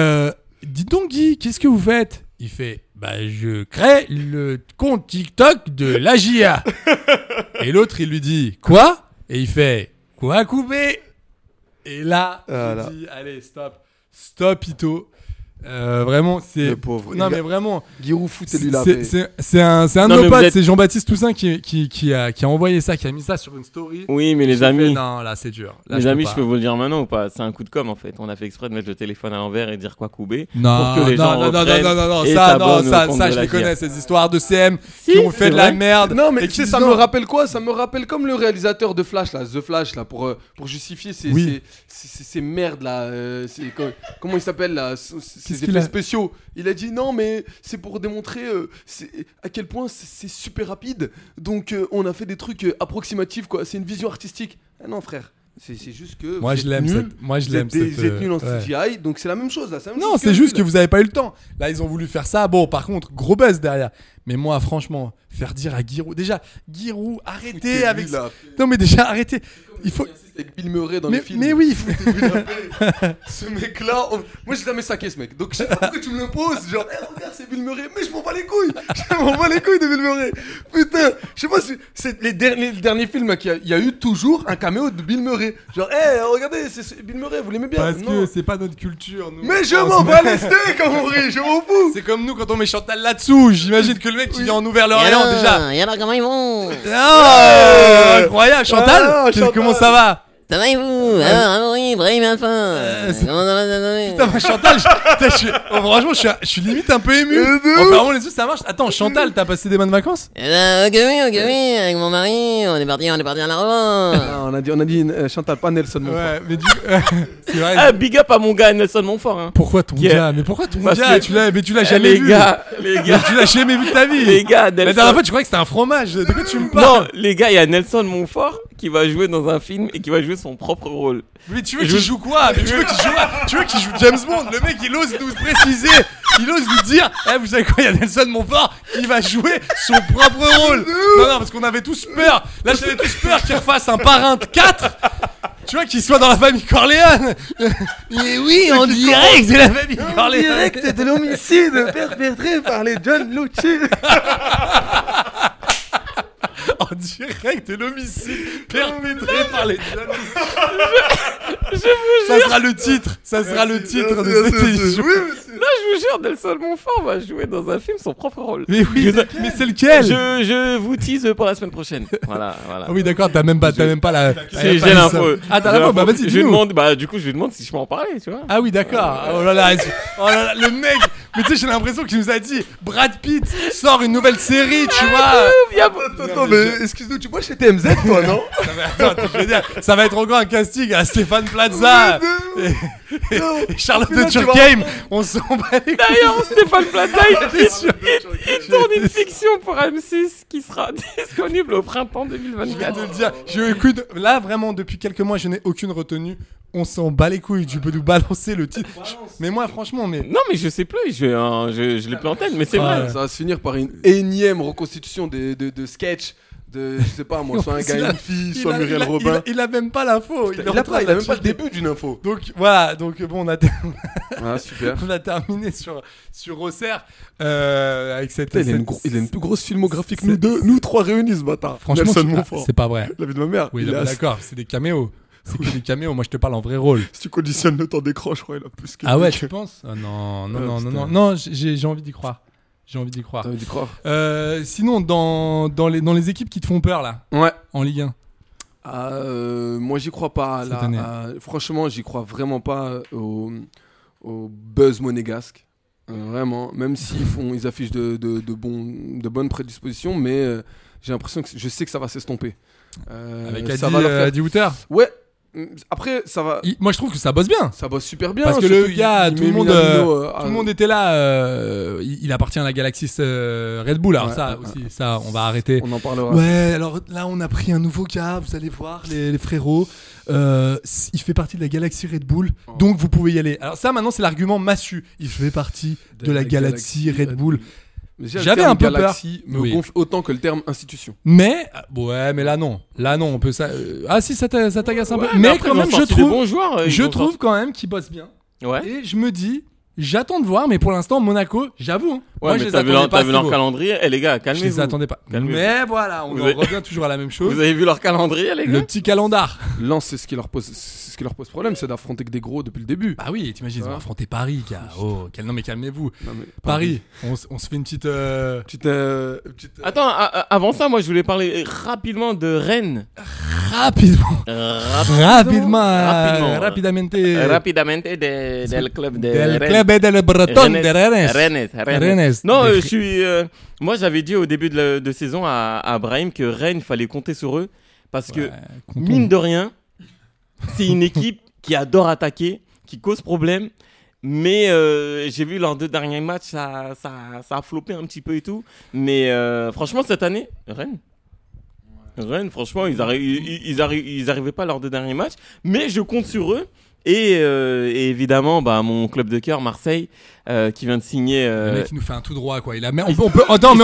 dites donc Guy, qu'est-ce que vous faites? Il fait bah je crée le compte TikTok de l'AGIA. Et l'autre il lui dit quoi? Et il fait quoi coupé? Et là, Voilà. je dis allez stop Ito. Vraiment c'est Le pauvre. non Il mais a- vraiment Giroud, foutez-lui la c'est- paix. c'est un de Non, nos mais vous potes, êtes- c'est Jean-Baptiste Toussaint qui a envoyé ça, qui a mis ça sur une story. Oui, mais les J'ai fait, amis. non, là c'est dur. Là, Les peux amis, pas. je peux vous le dire maintenant ou pas? C'est un coup de com' en fait. On a fait exprès de mettre le téléphone à l'envers et dire quoi Koubé. Non, pour que les gens non, reprennent ça, et non, s'abonnent au ça, compte ça, de je la les connais, GIA. ces histoires de CM Si, qui ont fait c'est de la vrai. merde. Non, mais et tu qui sais, disent ça non. me rappelle quoi? Ça me rappelle comme le réalisateur de Flash, là, The Flash, là, pour justifier ces merdes, là. Comment il s'appelle, là? Qu'est-ce Ces qu'il effets a spéciaux. Il a dit non, mais c'est pour démontrer à quel point c'est super rapide. Donc, on a fait des trucs approximatifs, quoi. C'est une vision artistique. Ah non, frère. C'est juste que. Moi, vous je êtes l'aime, nuls. moi, je Vous l'aime, êtes vous êtes nuls en ouais. CGI, donc c'est la même chose, là. C'est la même Non, chose c'est juste lui, que vous avez pas eu le temps. Là, ils ont voulu faire ça. Bon, par contre, gros buzz derrière. Mais moi, franchement, faire dire à Giroud. Déjà, Giroud, arrêtez Foutez-lui avec. la- Non, mais déjà, arrêtez. Il faut. Avec Bill Murray dans Mais, les films. mais oui, il faut. Ce mec-là, moi j'ai jamais saqué ce mec. Donc je sais pas pourquoi tu me le poses. Genre, regarde, c'est Bill Murray. Mais je m'en bats les couilles. Je m'en bats les couilles de Bill Murray. Putain, je sais pas si c'est les derniers films qu'il y a eu toujours un caméo de Bill Murray. Genre, regardez, c'est Bill Murray, vous l'aimez bien. Parce Non. que c'est pas notre culture. Nous. Mais je m'en bats les steaks, Amaury, je m'en fous. C'est comme nous quand on met Chantal là-dessous. J'imagine que le mec qui vient en Nouvelle-Orléans déjà. Et alors, comment ils vont? Oh, incroyable, Chantal. Chantal. Comment ça va? Ça va et vous? Alors, Amaury, Brahim Alpha. Comment ça va? Putain, moi, Chantal, franchement, je suis limite un peu ému. Vraiment, les yeux, ça marche. Attends, Chantal, t'as passé des bonnes vacances? Eh ben, ok, oui, avec mon mari, on est parti à la revanche. On a dit Chantal, pas Nelson Montfort. Ouais, mais du c'est vrai. Ah, big up à mon gars Nelson Montfort. Hein. Pourquoi ton Qui gars? Mais pourquoi ton Parce gars? que- Tu l'as jamais vu. Les gars. Mais tu l'as jamais vu de ta vie. Les gars, La Nelson. dernière fois, tu croyais que c'était un fromage. De quoi tu me parles? Non, les gars, il y a Nelson Montfort qui va jouer dans un film et qui va jouer son propre rôle. Mais tu veux qu'il joue quoi? Mais tu veux qu'il joue James Bond? Le mec, il ose nous préciser. Il ose nous dire, vous savez quoi, il y a Nelson Montfort qui va jouer son propre rôle. Non, parce qu'on avait tous peur. Là, j'avais tous peur qu'il refasse un Parrain 4. Tu vois, qu'il soit dans la famille Corleone. Et oui, en direct de la famille Corleone. Direct de l'homicide perpétré par les John Lucci. En direct de l'homicide perpétré par les jeunes. Ça sera le titre. Ça sera le titre de cette émission. Là, je vous jure, Nelson Montfort va jouer dans un film son propre rôle. Mais oui, mais c'est lequel? Je vous tease pour la semaine prochaine. Voilà. Ah oui, d'accord, t'as même pas la. Si, j'ai l'info. Ah, t'as l'info, bah vas-y, je lui dis-nous. demande, du coup, je lui demande si je peux en parler, tu vois. Ah oui, d'accord. Oh là là, le mec. Mais tu sais, j'ai l'impression qu'il nous a dit Brad Pitt sort une nouvelle série, tu vois. Attends, mais excuse-nous, tu bois chez TMZ, toi, non? Attends, je veux dire, ça va être encore un casting à Stéphane Plaza et Charlotte de Turckheim. On s'en bat les couilles. D'ailleurs, Stéphane Plaza, il tourne une fiction pour M6 qui sera disponible au printemps Je viens 2024. de le dire. Écoute, là, vraiment, depuis quelques mois, je n'ai aucune retenue. On s'en bat les couilles. Tu peux nous balancer le titre. Mais moi, franchement, Non, mais je sais plus, je l'ai plus en tête, mais c'est vrai. Ça va se finir par une énième reconstitution de sketch. Je sais pas moi, soit un gars et une fille, soit Muriel Robin. Il a même pas l'info. Il a même pas le début d'une info. Donc voilà, bon, Ah, super. on a terminé sur Auxerre avec cette. Il a une plus grosse filmographie que nous deux, nous trois réunis ce bâtard. Franchement, Nelson Montfort. c'est pas vrai. La vie de ma mère. Oui, il est d'accord, c'est des caméos. C'est que des caméos. Moi, je te parle en vrai rôle. Si tu conditionnes le temps d'écran, je crois il a plus que. Ah ouais, tu penses? Non, j'ai envie d'y croire. J'ai envie d'y croire. T'as envie d'y croire. Sinon, dans les équipes qui te font peur là, Ouais. en Ligue 1. Moi, j'y crois pas. Cette année. Franchement, j'y crois vraiment pas au buzz monégasque. Vraiment. Même ils affichent de bonnes prédispositions, mais j'ai l'impression que je sais que ça va s'estomper. Avec ça va leur faire... Adi Hooter. Ouais. Après, ça va. Moi, je trouve que ça bosse bien. Ça bosse super bien. Parce que le gars, tout le met monde était là. Il appartient à la Galaxy Red Bull. Alors ça, on va arrêter. On en parlera. Ouais, alors là, on a pris un nouveau gars. Vous allez voir, les frérots. Il fait partie de la Galaxy Red Bull. Donc, vous pouvez y aller. Alors ça, maintenant, c'est l'argument massu. Il fait partie de la Galaxy Red Bull. J'avais un peu peur. Me gonfle autant que le terme institution. Mais là non, on peut ça. Ah si, ça t'agace un peu. Mais après, quand même, je trouve quand même qu'ils bossent bien. Ouais. Et je me dis, j'attends de voir, mais pour l'instant, Monaco, j'avoue. Ouais, moi, mais t'as vu leur calendrier. Les gars, calmez-vous. Je les attendais pas. Calmez-vous. Mais voilà, on revient toujours à la même chose. Vous avez vu leur calendrier, les gars? Le petit calendar. Lens, c'est ce qui leur pose problème, c'est d'affronter que des gros depuis le début. Bah oui, t'imagines, ils vont affronter Paris, gars. Non mais calmez-vous. Non, mais Paris, on se fait une petite. Attends, avant ça, moi je voulais parler rapidement de Rennes. Rapidement del club de Del Rennes. club del Breton de Rennes. Rennes. Non, moi j'avais dit au début de saison à Brahim que Rennes, fallait compter sur eux. Parce que, mine de rien, c'est une équipe qui adore attaquer, qui cause problème. Mais j'ai vu leurs 2 derniers matchs, ça a floppé un petit peu et tout. Mais franchement, cette année, Rennes, franchement, ils arrivaient pas lors 2 derniers matchs. Mais je compte sur eux Et évidemment, mon club de cœur, Marseille, qui vient de signer. Le mec, il nous fait un tout droit, quoi. On peut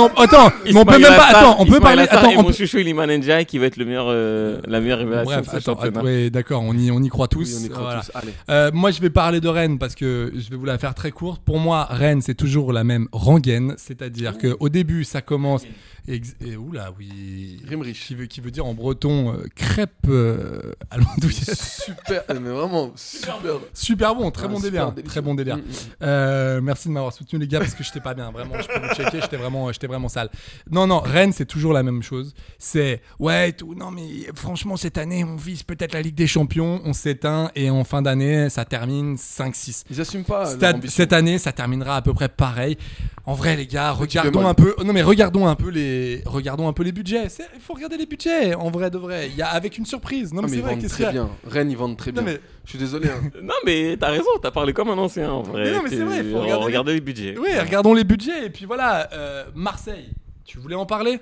parler. Attends, mon chouchou Iliman Ndiaye qui va être la meilleure révélation de ce championnat. Ouais, d'accord, on y croit tous. Oui, on y croit tous. Allez. Moi, je vais parler de Rennes parce que je vais vous la faire très courte. Pour moi, Rennes, c'est toujours la même rengaine, c'est-à-dire que au début, ça commence. Et oula, oui. Rimrich. Qui veut dire en breton crêpe à l'andouillette. Super, mais vraiment super. Super bon, très bon délire. délicieux. Très bon délire. Merci de m'avoir soutenu, les gars, parce que j'étais pas bien. Vraiment, je peux vous checker, j'étais vraiment sale. Non, Rennes, c'est toujours la même chose. C'est non, mais franchement, cette année, on vise peut-être la Ligue des Champions, on s'éteint et en fin d'année, ça termine 5-6. Ils assument pas. Cette année, ça terminera à peu près pareil. En vrai, les gars, regardons un peu. Non, mais regardons un peu les budgets. Il faut regarder les budgets. En vrai de vrai, il y a avec une surprise. Non, mais c'est ils vrai. vendent très bien. Rennes, ils vendent très bien. Mais... Je suis désolé. Non, mais t'as raison. T'as parlé comme un ancien. En vrai. Non, mais c'est vrai. Il faut regarder les budgets. Oui, regardons les budgets. Et puis voilà, Marseille. Tu voulais en parler?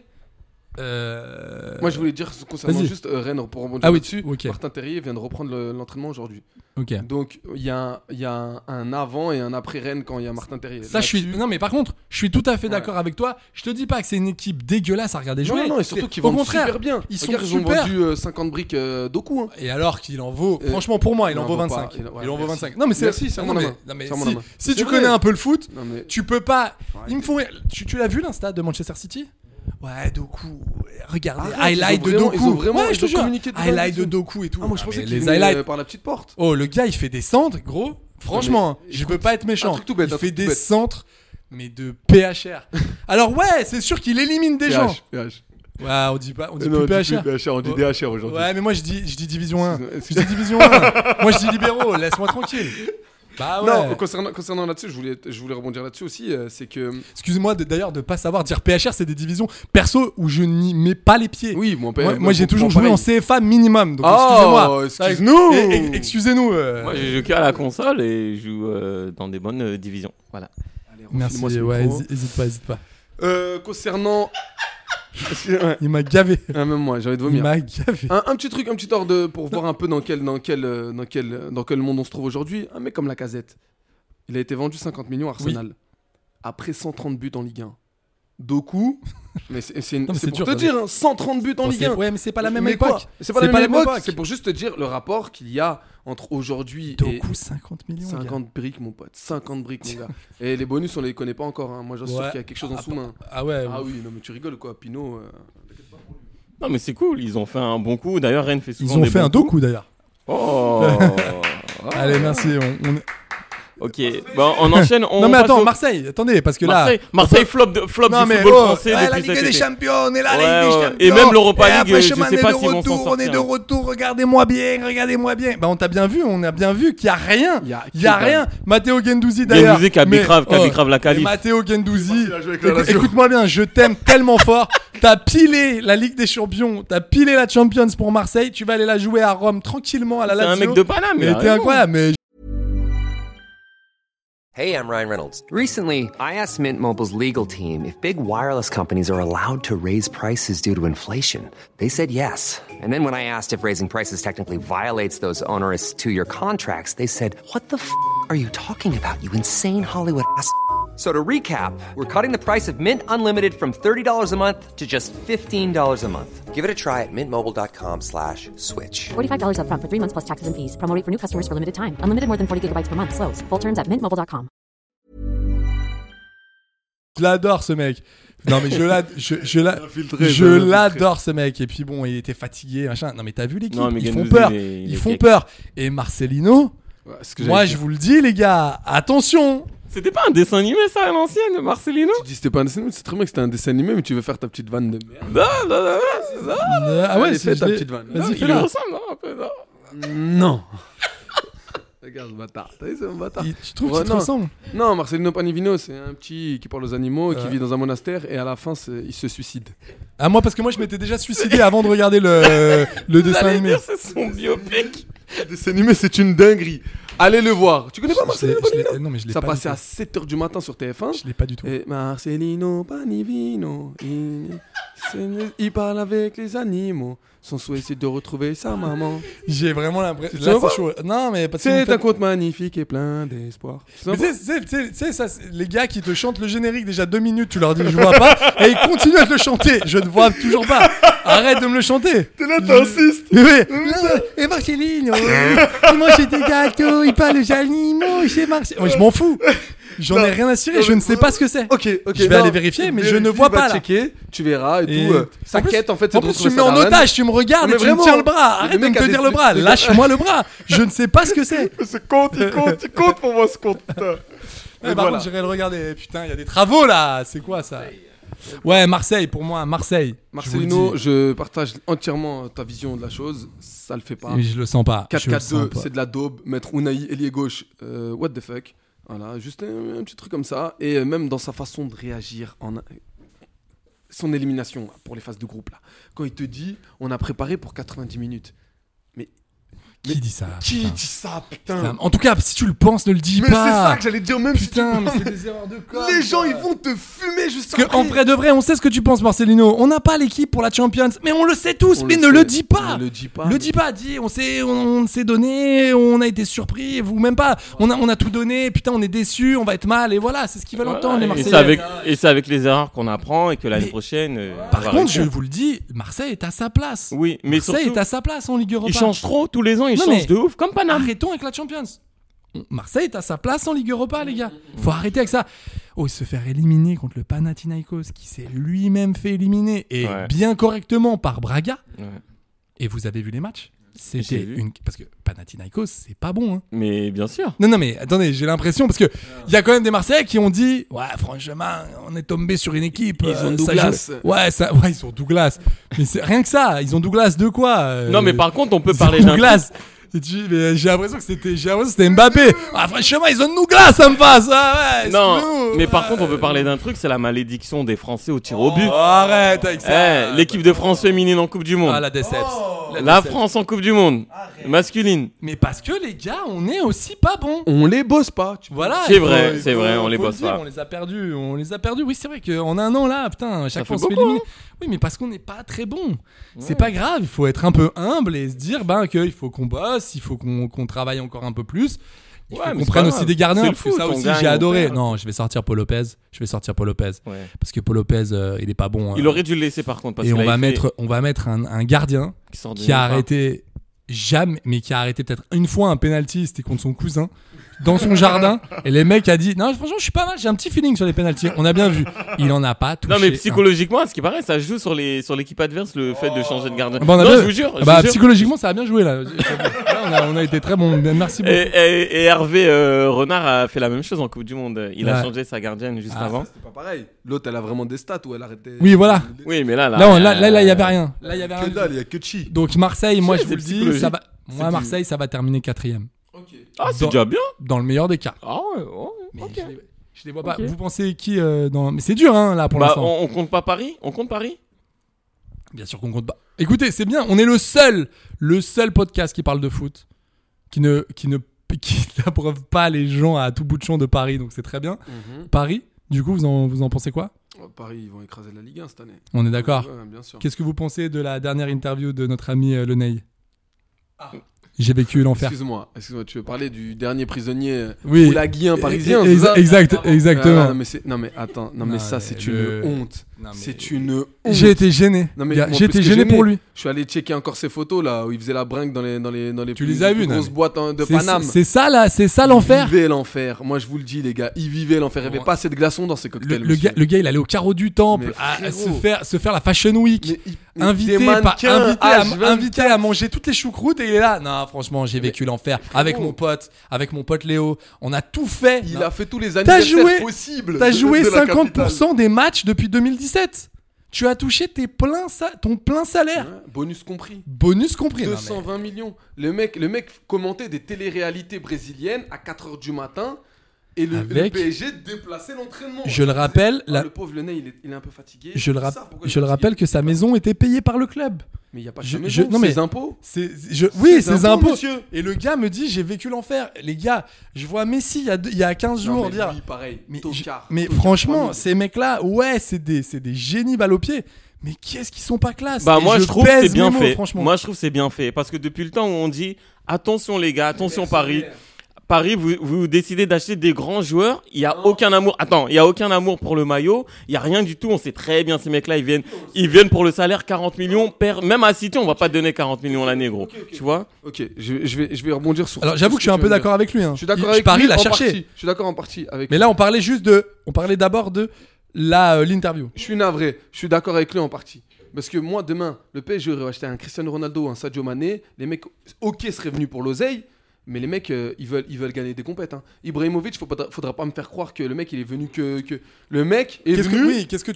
Moi, je voulais dire concernant juste Rennes pour rebondir là-dessus. Okay. Martin Terrier vient de reprendre l'entraînement aujourd'hui. Ok. Donc il y a un avant et un après Rennes quand il y a Martin Terrier. Ça, non, mais par contre, je suis tout à fait d'accord avec toi. Je te dis pas que c'est une équipe dégueulasse à regarder jouer. Non, et surtout qu'ils vendent super bien. Ils ont vendu 50 briques Doku. Hein. Et alors qu'il en vaut, franchement, pour moi, il en vaut 25. Il en vaut 25. Non, mais c'est mon avis. Si tu connais un peu le foot, tu peux pas. Il me faut. Tu l'as vu l'insta de Manchester City? Ouais, Doku. Regardez, highlight de Doku. Ils ont vraiment je te jure. communiqué Highlight de Doku et tout. Moi, je pensais les qu'il highlights par la petite porte. Oh, le gars, il fait des centres, gros. Franchement, je peux pas être méchant. Un truc tout bête, il fait des centres, mais de PHR. Alors ouais, c'est sûr qu'il élimine des gens. PH. Ouais, on dit plus PHR. On dit DHR aujourd'hui. Ouais, mais moi je dis division 1. Je dis division 1. Moi je dis libéraux, laisse-moi tranquille. Bah ouais. Non, concernant là-dessus, je voulais rebondir là-dessus aussi, c'est que... Excusez-moi d'ailleurs de pas savoir dire PHR, c'est des divisions perso où je n'y mets pas les pieds. Oui, moi j'ai toujours joué en CFA minimum, donc excusez-nous. Moi j'ai joué qu'à la console et je joue dans des bonnes divisions. Voilà. Allez, merci, hésite pas. Concernant... Il m'a gavé. Même moi, j'ai envie de vomir. Il m'a gavé. Un petit truc, un petit ordre pour voir un peu dans quel monde on se trouve aujourd'hui. Un mec comme Lacazette, il a été vendu 50 millions à Arsenal. Oui. Après 130 buts en Ligue 1. Doku, mais c'est pour te dire, 130 buts en Ligue 1. Ouais, mais c'est pas la même époque. C'est pas la même époque. C'est pour juste te dire le rapport qu'il y a entre aujourd'hui et... Doku, 50 millions. 50 briques, mon pote. 50 briques, mon gars. Et les bonus, on les connaît pas encore. Hein. Moi, j'en suis sûr qu'il y a quelque chose en sous-main. Ah ouais. Ah oui, non, mais tu rigoles quoi. Pinot. Non, mais c'est cool. Ils ont fait un bon coup. D'ailleurs, Rennes fait souvent des bons coups. Ils ont fait un Doku, d'ailleurs. Oh. Allez, merci. Ok, bon, on enchaîne. Non mais attends, Marseille, attendez, parce que Marseille flop du football français depuis la Ligue cet des été. Champions, et la Ligue des Champions. Et même l'Europa League, je sais pas s'ils vont s'en sortir. On est de retour, regardez-moi bien. Bah on a bien vu qu'il y a rien. Il y a rien. Matteo Guendouzi d'ailleurs. Guendouzi qui a bicrave la qualif. Matteo Guendouzi, écoute-moi bien, je t'aime tellement fort. T'as pilé la Ligue des Champions, t'as pilé la Champions pour Marseille, tu vas aller la jouer à Rome tranquillement à la Lazio. C'est un mec de Paname. Mais t'es incroyable, mais... Hey, I'm Ryan Reynolds. Recently, I asked Mint Mobile's legal team if big wireless companies are allowed to raise prices due to inflation. They said yes. And then when I asked if raising prices technically violates those onerous two-year contracts, they said, "What the f*** are you talking about, you insane Hollywood ass?" So to recap, we're cutting the price of Mint Unlimited from $30 a month to just $15 a month. Give it a try at mintmobile.com/switch. $45 up front for 3 months plus taxes and fees. Promo rate for new customers for limited time. Unlimited more than 40 gigabytes per month. Slows full terms at mintmobile.com. Je l'adore ce mec. Non mais je l'adore ce mec. Et puis bon, il était fatigué, machin. Non mais t'as vu l'équipe, ils font peur. Ils font peur. Et Marcelino, moi je vous le dis les gars, attention. C'était pas un dessin animé ça à l'ancienne, Marcelino? Tu dis c'était pas un dessin animé, c'est très bien que c'était un dessin animé, mais tu veux faire ta petite vanne de merde. Non, c'est ça. Ah ouais, c'est ta petite vanne. Vas-y, il lui ressemble, un peu, non. Regarde ce bâtard. T'as vu, c'est un bâtard. Tu trouves qu'il te ressemble? Non, Marcelino Panivino, c'est un petit qui parle aux animaux, qui vit dans un monastère, et à la fin, il se suicide. Ah, moi, parce que moi, je m'étais déjà suicidé avant de regarder le dessin animé. C'est son biopic. Le dessin animé, c'est une dinguerie. Allez le voir. Tu connais pas Marcelino Panivino? Non, mais je l'ai Ça pas passait du à 7h du matin sur TF1. Je l'ai pas du tout. Et Marcelino Panivino, il parle avec les animaux. Son souhait, c'est de retrouver sa maman. J'ai vraiment l'impression. Tu sais pas? chaud. Non, mais parce que C'est un conte magnifique et plein d'espoir. Mais tu sais, ça, les gars qui te chantent le générique déjà 2 minutes, tu leur dis je vois pas, et ils continuent à te le chanter. Je ne vois toujours pas. Arrête de me le chanter. T'es là, t'insistes. Oui. Et Marcelino, il mange des gâteaux, il parle aux animaux, chez Marcelino. Je m'en fous. J'en ai rien à cirer, je ne sais pas ce que c'est. Ok. Je vais aller vérifier, mais je ne vois pas là. Checker, tu verras et tout. Sa quête, en fait, c'est en de plus, tu retrouver me mets sa en daronne. otage, tu me regardes Mais et tu me vraiment, tiens le bras. le Arrête de mec me a tenir des- le bras. le gars- Lâche-moi le bras. Je ne sais pas ce que c'est. Ce compte, il compte pour moi, ce compte, putain. Ouais, par contre, j'irai le regarder. Putain, il y a des travaux là. C'est quoi ça? Ouais, Marseille, pour moi, Marseille. Marcelino, je partage entièrement ta vision de la chose. Ça le fait pas. Mais je le sens pas. 4-4-2, c'est de la daube. Mettre Unai ailier gauche, what the fuck. Voilà, juste un petit truc comme ça. Et même dans sa façon de réagir, son élimination pour les phases de groupe là. Quand il te dit, on a préparé pour 90 minutes. Qui dit ça? Qui dit ça, putain? En tout cas, si tu le penses, ne le dis Mais pas. c'est ça que j'allais dire, même Putain, si mais tu c'est des erreurs de com. les gens, ils vont te fumer juste Parce après. qu'en vrai de vrai, on sait ce que tu penses, Marcelino. On n'a pas l'équipe pour la Champions, mais on le sait tous. On Mais le ne sait. le dis pas. Ne le dis pas. Le dis pas. Dis, on s'est donné, on a été surpris. Vous même pas. On a tout donné. Putain, on est déçus, on va être mal. Et voilà, c'est ce qu'ils veulent entendre les Marseillais. Et c'est avec les erreurs qu'on apprend et que l'année prochaine. Par contre, je vous le dis, Marseille est à sa place. Oui, mais Marseille surtout, est à sa place en Ligue Europa. ils changent trop tous les ans, ils Non, changent mais de ouf, comme Paname. Arrêtons avec la Champions. Marseille est à sa place en Ligue Europa, les gars. Faut arrêter avec ça. Oh, se faire éliminer contre le Panathinaikos, qui s'est lui-même fait éliminer, et bien correctement par Braga. Ouais. Et vous avez vu les matchs? J'ai C'était vu. parce que Panathinaikos, c'est pas bon. Hein. Mais bien sûr. Non, mais attendez, j'ai l'impression parce que il y a quand même des Marseillais qui ont dit, ouais, franchement, on est tombé sur une équipe. Ils ont ça Douglas. joue- Ouais, ils ont Douglas. Mais c'est rien que ça. Ils ont Douglas de quoi Non, mais par contre, on peut ils parler ont d'un. Douglas. Et mais j'ai l'impression que c'était Mbappé. Ah, franchement, ils ont Douglas en face. Ah, ouais, Non, excuse-nous. mais par contre, on peut parler d'un truc, c'est la malédiction des Français au tir au but. Arrête avec ça. L'équipe de France féminine en Coupe du Monde. Ah, la déception. La France en Coupe du Monde. Masculine. Mais parce que les gars, on est aussi pas bons. On les bosse pas. Voilà. C'est il faut- vrai, il c'est faut- vrai, on les faut le bosse dire, pas. On les a perdus. Oui, c'est vrai qu'en un an là, putain, chaque fois on fait se fait beaucoup, éliminer. Oui, mais parce qu'on n'est pas très bon. C'est pas grave. Il faut être un peu humble et se dire qu'il faut qu'on bosse, il faut qu'on travaille encore un peu plus. Il faut Ouais, mais qu'on c'est prenne pas aussi grave. des gardiens. C'est le Parce que foot, ça on aussi, gagne, j'ai on adoré. perd. Non, je vais sortir Paul Lopez. Ouais. Parce que Paul Lopez, il est pas bon. Il aurait dû le laisser par contre. Parce Et qu'il on va avait fait- mettre un gardien qui sort de qui a nulle part. arrêté qui a arrêté peut-être une fois un penalty, c'était contre son cousin dans son jardin, et les mecs a dit non, franchement je suis pas mal, j'ai un petit feeling sur les penalties, on a bien vu, il en a pas touché. Non mais psychologiquement, à ce qui paraît, ça joue sur l'équipe adverse le fait de changer de gardien. Ah bah, on a non, bien- je vous jure. Ah bah, psychologiquement ça a bien joué là. Là, on a été très bon, merci beaucoup. Et Hervé Renard a fait la même chose en Coupe du Monde. Il a Ouais. changé sa gardienne juste avant. C'est pas pareil. L'autre, elle a vraiment des stats où elle arrêtait. Oui, voilà. Oui, mais là, Non, là il y avait rien. Là il y avait rien. Que dalle, il y a que chi. Donc Marseille, moi C'est je vous le dis, psychologique. ça va. Moi Marseille, ça va terminer 4ème. Ah, c'est déjà bien. Dans le meilleur des cas. Ah ouais, Mais ok. je les vois pas. Ok. Vous pensez qui dans... Mais c'est dur hein là pour Bah, l'instant. on compte pas Paris. On compte Paris. Bien sûr qu'on compte pas. Écoutez, c'est bien. On est le seul podcast qui parle de foot, qui n'abreuve pas les gens à tout bout de champ de Paris. Donc c'est très bien. Paris, du coup, vous en pensez quoi? Paris, ils vont écraser la Ligue 1 cette année. On est d'accord. Ouais, bien sûr. Qu'est-ce que vous pensez de la dernière interview de notre ami Le Ney? J'ai vécu l'enfer. Excuse-moi, tu veux parler du dernier prisonnier Oui. oulaguien parisien, Ex- c'est ça exactement. Non mais attends, mais ça c'est le- une honte. Non, mais- C'est une honte. J'ai été gêné. Non, mais Gars, moi, j'ai plus été que gêné pour lui. Je suis allé checker encore ces photos là où il faisait la bringue dans les Tu les as vues, non, grosses mais- boîtes de Paname. C'est ça là, c'est ça l'enfer. Il vivait l'enfer. Moi je vous le dis les gars, il vivait l'enfer. Il n'y avait pas assez de glaçons dans ses cocktails. Le gars, il allait au carreau du temple Mais à frérot. se faire la Fashion Week. Invité, des mannequins invité à manger toutes les choucroutes et il est là. Non, franchement, j'ai vécu l'enfer avec mon pote Léo. On a tout fait. Il Non. a fait tous les T'as anniversaires possibles. T'as joué de la 50% des matchs depuis 2017. Tu as touché ton plein salaire. capitale. Bonus compris. Bonus compris. Non, mais- 220 millions. Le mec commentait des téléréalités brésiliennes à 4h du matin. Et le avec... PSG déplaçait l'entraînement. Je le rappelle... Le pauvre Lyonnais, il est un peu fatigué. Je le rappelle que sa maison était payée par le club. Mais il n'y a pas que sa maison, ses impôts. Oui, ses impôts. Monsieur. Et le gars me dit, j'ai vécu l'enfer. Les gars, je vois Messi il y a 15 jours dire... Lui, pareil, mais franchement, ces mecs-là, ouais, c'est des génies balle au pied. Mais qu'est-ce qu'ils sont pas classe. Bah moi je trouve que c'est bien fait. Franchement. Moi je trouve que c'est bien fait parce que depuis le temps où on dit attention les gars, attention Paris, vous décidez d'acheter des grands joueurs, il y a aucun amour. Attends, il y a aucun amour pour le maillot, il y a rien du tout, on sait très bien ces mecs-là, ils viennent pour le salaire 40 millions même à City, on va pas te donner 40 millions l'année gros. Okay. Tu vois ? OK, je vais rebondir sur... Alors j'avoue que je suis un peu d'accord avec lui hein. Je suis d'accord avec Paris lui l'a en cherché. Partie. Je suis d'accord en partie avec Mais là on parlait d'abord de l'interview. Je suis navré, je suis d'accord avec lui en partie. Parce que moi, demain, le PSG aurait acheté un Cristiano Ronaldo, un Sadio Mané. Les mecs, OK, seraient venus pour l'oseille. Mais les mecs, ils veulent gagner des compètes. Hein. Ibrahimovic, faudra pas me faire croire que le mec, il est venu que... Le mec est venu...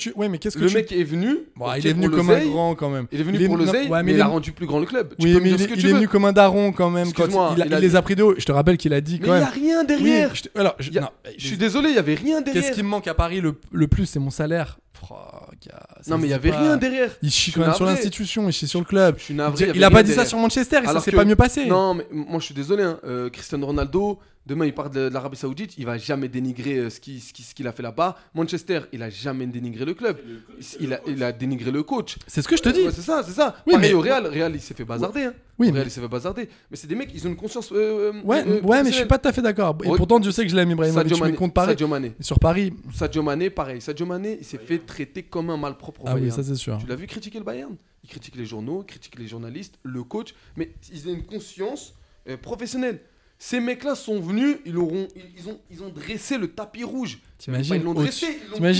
Le mec est venu... Bon, il est venu comme un grand quand même. Il est venu pour l'oseille, mais il a rendu plus grand le club. Oui, mais il est venu comme un daron quand même. Il les a pris de haut. Je te rappelle qu'il a dit quand même... Mais il n'y a rien derrière. Je suis désolé, il n'y avait rien derrière. Qu'est-ce qui me manque à Paris le plus, c'est mon salaire. Non mais il y avait rien derrière. Il chie quand même sur l'institution, il chie sur le club. Je suis navré, il a pas dit ça sur Manchester et ça s'est pas mieux passé. Non mais moi je suis désolé hein. Cristiano Ronaldo, demain il part de l'Arabie Saoudite, il va jamais dénigrer ce qu'il a fait là-bas. Manchester, il a jamais dénigré le club. Il a dénigré le coach. C'est ce que je te dis. Ouais, c'est ça. Oui, pareil mais au Real, il s'est fait bazarder hein. Oui, Real, il s'est fait bazarder. Mais c'est des mecs, ils ont une conscience ouais, mais je suis pas tout à fait d'accord. Et pourtant Dieu sait que je l'aime Ibrahimovic, mais contre Paris. Sadio Mané. Sur Paris. Sadio Mané, pareil. Sadio Mané, il s'est fait traiter comme un malpropre au Bayern. Oui, ça c'est sûr. Tu l'as vu critiquer le Bayern ? Il critique les journaux, il critique les journalistes, le coach, mais ils ont une conscience professionnelle. Ces mecs-là sont venus, ils ont dressé le tapis rouge. T'imagines, ils l'ont dressé,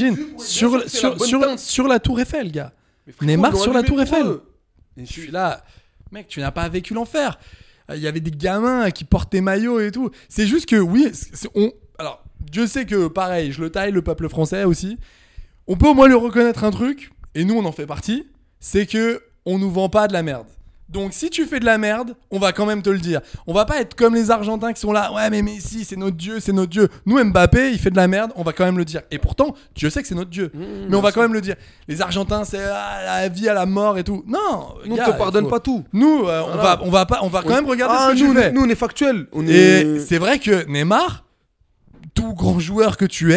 sur la Tour Eiffel, gars. Neymar sur la Tour Eiffel. Je suis là, mec, tu n'as pas vécu l'enfer. Il y avait des gamins qui portaient maillots et tout. C'est juste que oui, alors Dieu sait que pareil, je le taille le peuple français aussi. On peut au moins lui reconnaître un truc, et nous on en fait partie, c'est que on nous vend pas de la merde. Donc si tu fais de la merde, on va quand même te le dire. On va pas être comme les Argentins qui sont là, ouais mais Messi c'est notre dieu, c'est notre dieu. Nous Mbappé il fait de la merde, on va quand même le dire. Et pourtant, Dieu sait que c'est notre dieu, mais on va quand même le dire. Les Argentins c'est la vie à la mort et tout. Non, nous on te pardonne pas tout. Nous on va quand même regarder ce que tu fais. Nous on est factuel. Et c'est vrai que Neymar, tout grand joueur que tu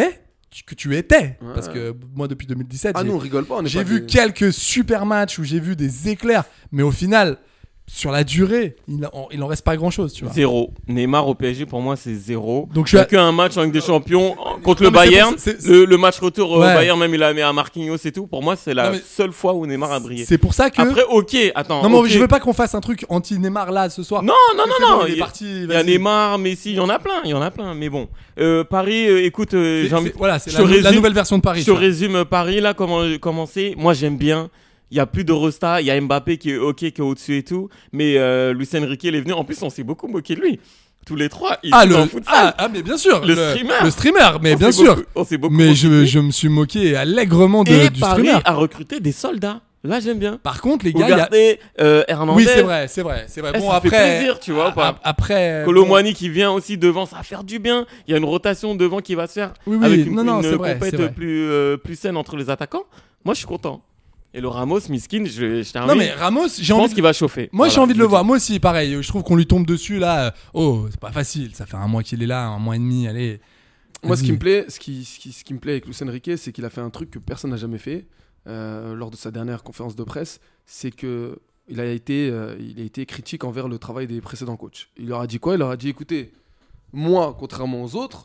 étais, parce que moi depuis 2017 nous on rigole pas, j'ai vu quelques super matchs où j'ai vu des éclairs, mais au final sur la durée il en reste pas grand chose, tu vois. 0. Neymar au PSG pour moi c'est 0. Donc il n'y a qu'un match en Ligue des Champions contre le Bayern, le match retour au Bayern, même il a mis à Marquinhos et tout. Pour moi c'est la seule fois où Neymar a brillé. C'est pour ça que après attends. Non mais je veux pas qu'on fasse un truc anti Neymar là ce soir. Non. Il est parti. Il y a Neymar, Messi, il y en a plein. Mais bon, Paris, écoute, j'ai envie. Voilà, c'est la nouvelle version de Paris. Je résume Paris là, comment c'est. Moi j'aime bien. Il y a plus de Rosta, il y a Mbappé qui est au-dessus et tout, mais Luis Enrique il est venu. En plus, on s'est beaucoup moqué de lui. Tous les trois, ils sont en futsal. Mais bien sûr, le streamer, mais bien sûr. On s'est beaucoup mais moqué. je me suis moqué allègrement du Paris streamer. a recruté des soldats. Là, j'aime bien. Par contre, les gars, regardez Hernandez. Oui, c'est vrai. Bon, ça après, fait plaisir, tu vois. Après, Colomboigny qui vient aussi devant, ça va faire du bien. Il y a une rotation devant qui va se faire avec une compète plus saine entre les attaquants. Moi, je suis content. Et le Ramos, miskin, je t'ai Non mais Ramos, je pense qu'il va chauffer. Moi, j'ai envie de le voir. Moi aussi, pareil. Je trouve qu'on lui tombe dessus là. C'est pas facile. Ça fait un mois qu'il est là, un mois et demi. Allez. Moi, ce qui me plaît, ce qui me plaît avec Luis Enrique, c'est qu'il a fait un truc que personne n'a jamais fait lors de sa dernière conférence de presse. C'est que il a été critique envers le travail des précédents coachs. Il leur a dit quoi ? Il leur a dit écoutez, moi, contrairement aux autres,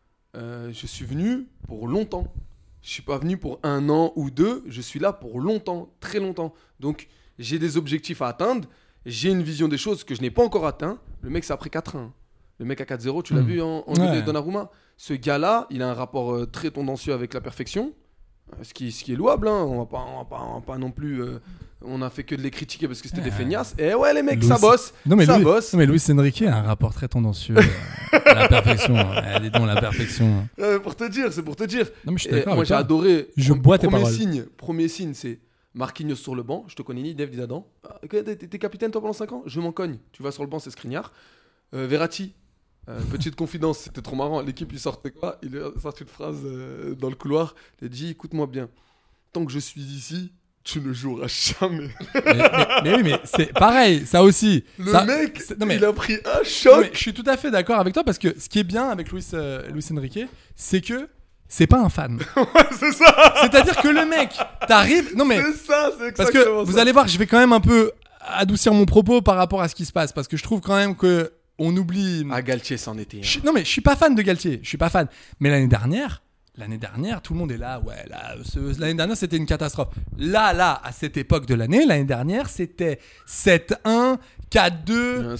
je suis venu pour longtemps. Je suis pas venu pour 1 an ou 2, je suis là pour longtemps, très longtemps. Donc, j'ai des objectifs à atteindre, j'ai une vision des choses que je n'ai pas encore atteint. Le mec, c'est après 4-1. Le mec à 4-0, tu l'as vu en Donnarumma. Ce gars-là, il a un rapport très tendancieux avec la perfection, ce qui est louable. Hein. On va pas non plus... on a fait que de les critiquer parce que c'était des feignasses. Et ouais, les mecs, ça bosse. bosse. Non, mais Luis Enrique a un rapport très tendancieux à la perfection. Elle est dans la perfection. C'est pour te dire. Non, mais je suis d'accord. Moi, j'ai adoré. Je bois tes paroles. Premier signe, c'est Marquinhos sur le banc. Je te connais ni, Dave dit Adam. T'es capitaine, toi, pendant 5 ans ? Je m'en cogne. Tu vas sur le banc, c'est Skriniar. Verratti. Petite confidence, c'était trop marrant. L'équipe, il sortait quoi? Il a sorti une phrase dans le couloir. Il a dit, écoute-moi bien. Tant que je suis ici, tu ne joueras jamais. mais oui, mais c'est pareil, ça aussi. Le mec, il a pris un choc. Je suis tout à fait d'accord avec toi parce que ce qui est bien avec Luis Enrique, c'est que c'est pas un fan. Ouais, c'est ça. C'est-à-dire que le mec, t'arrives. Non mais. C'est ça, c'est exactement parce que vous allez voir, je vais quand même un peu adoucir mon propos par rapport à ce qui se passe parce que je trouve quand même que on oublie. Ah, Galtier, c'en était. Non mais je suis pas fan de Galtier, je suis pas fan. Mais l'année dernière, tout le monde est là. Ouais, là, l'année dernière, c'était une catastrophe. Là, à cette époque de l'année dernière, c'était 7-1, 4-2,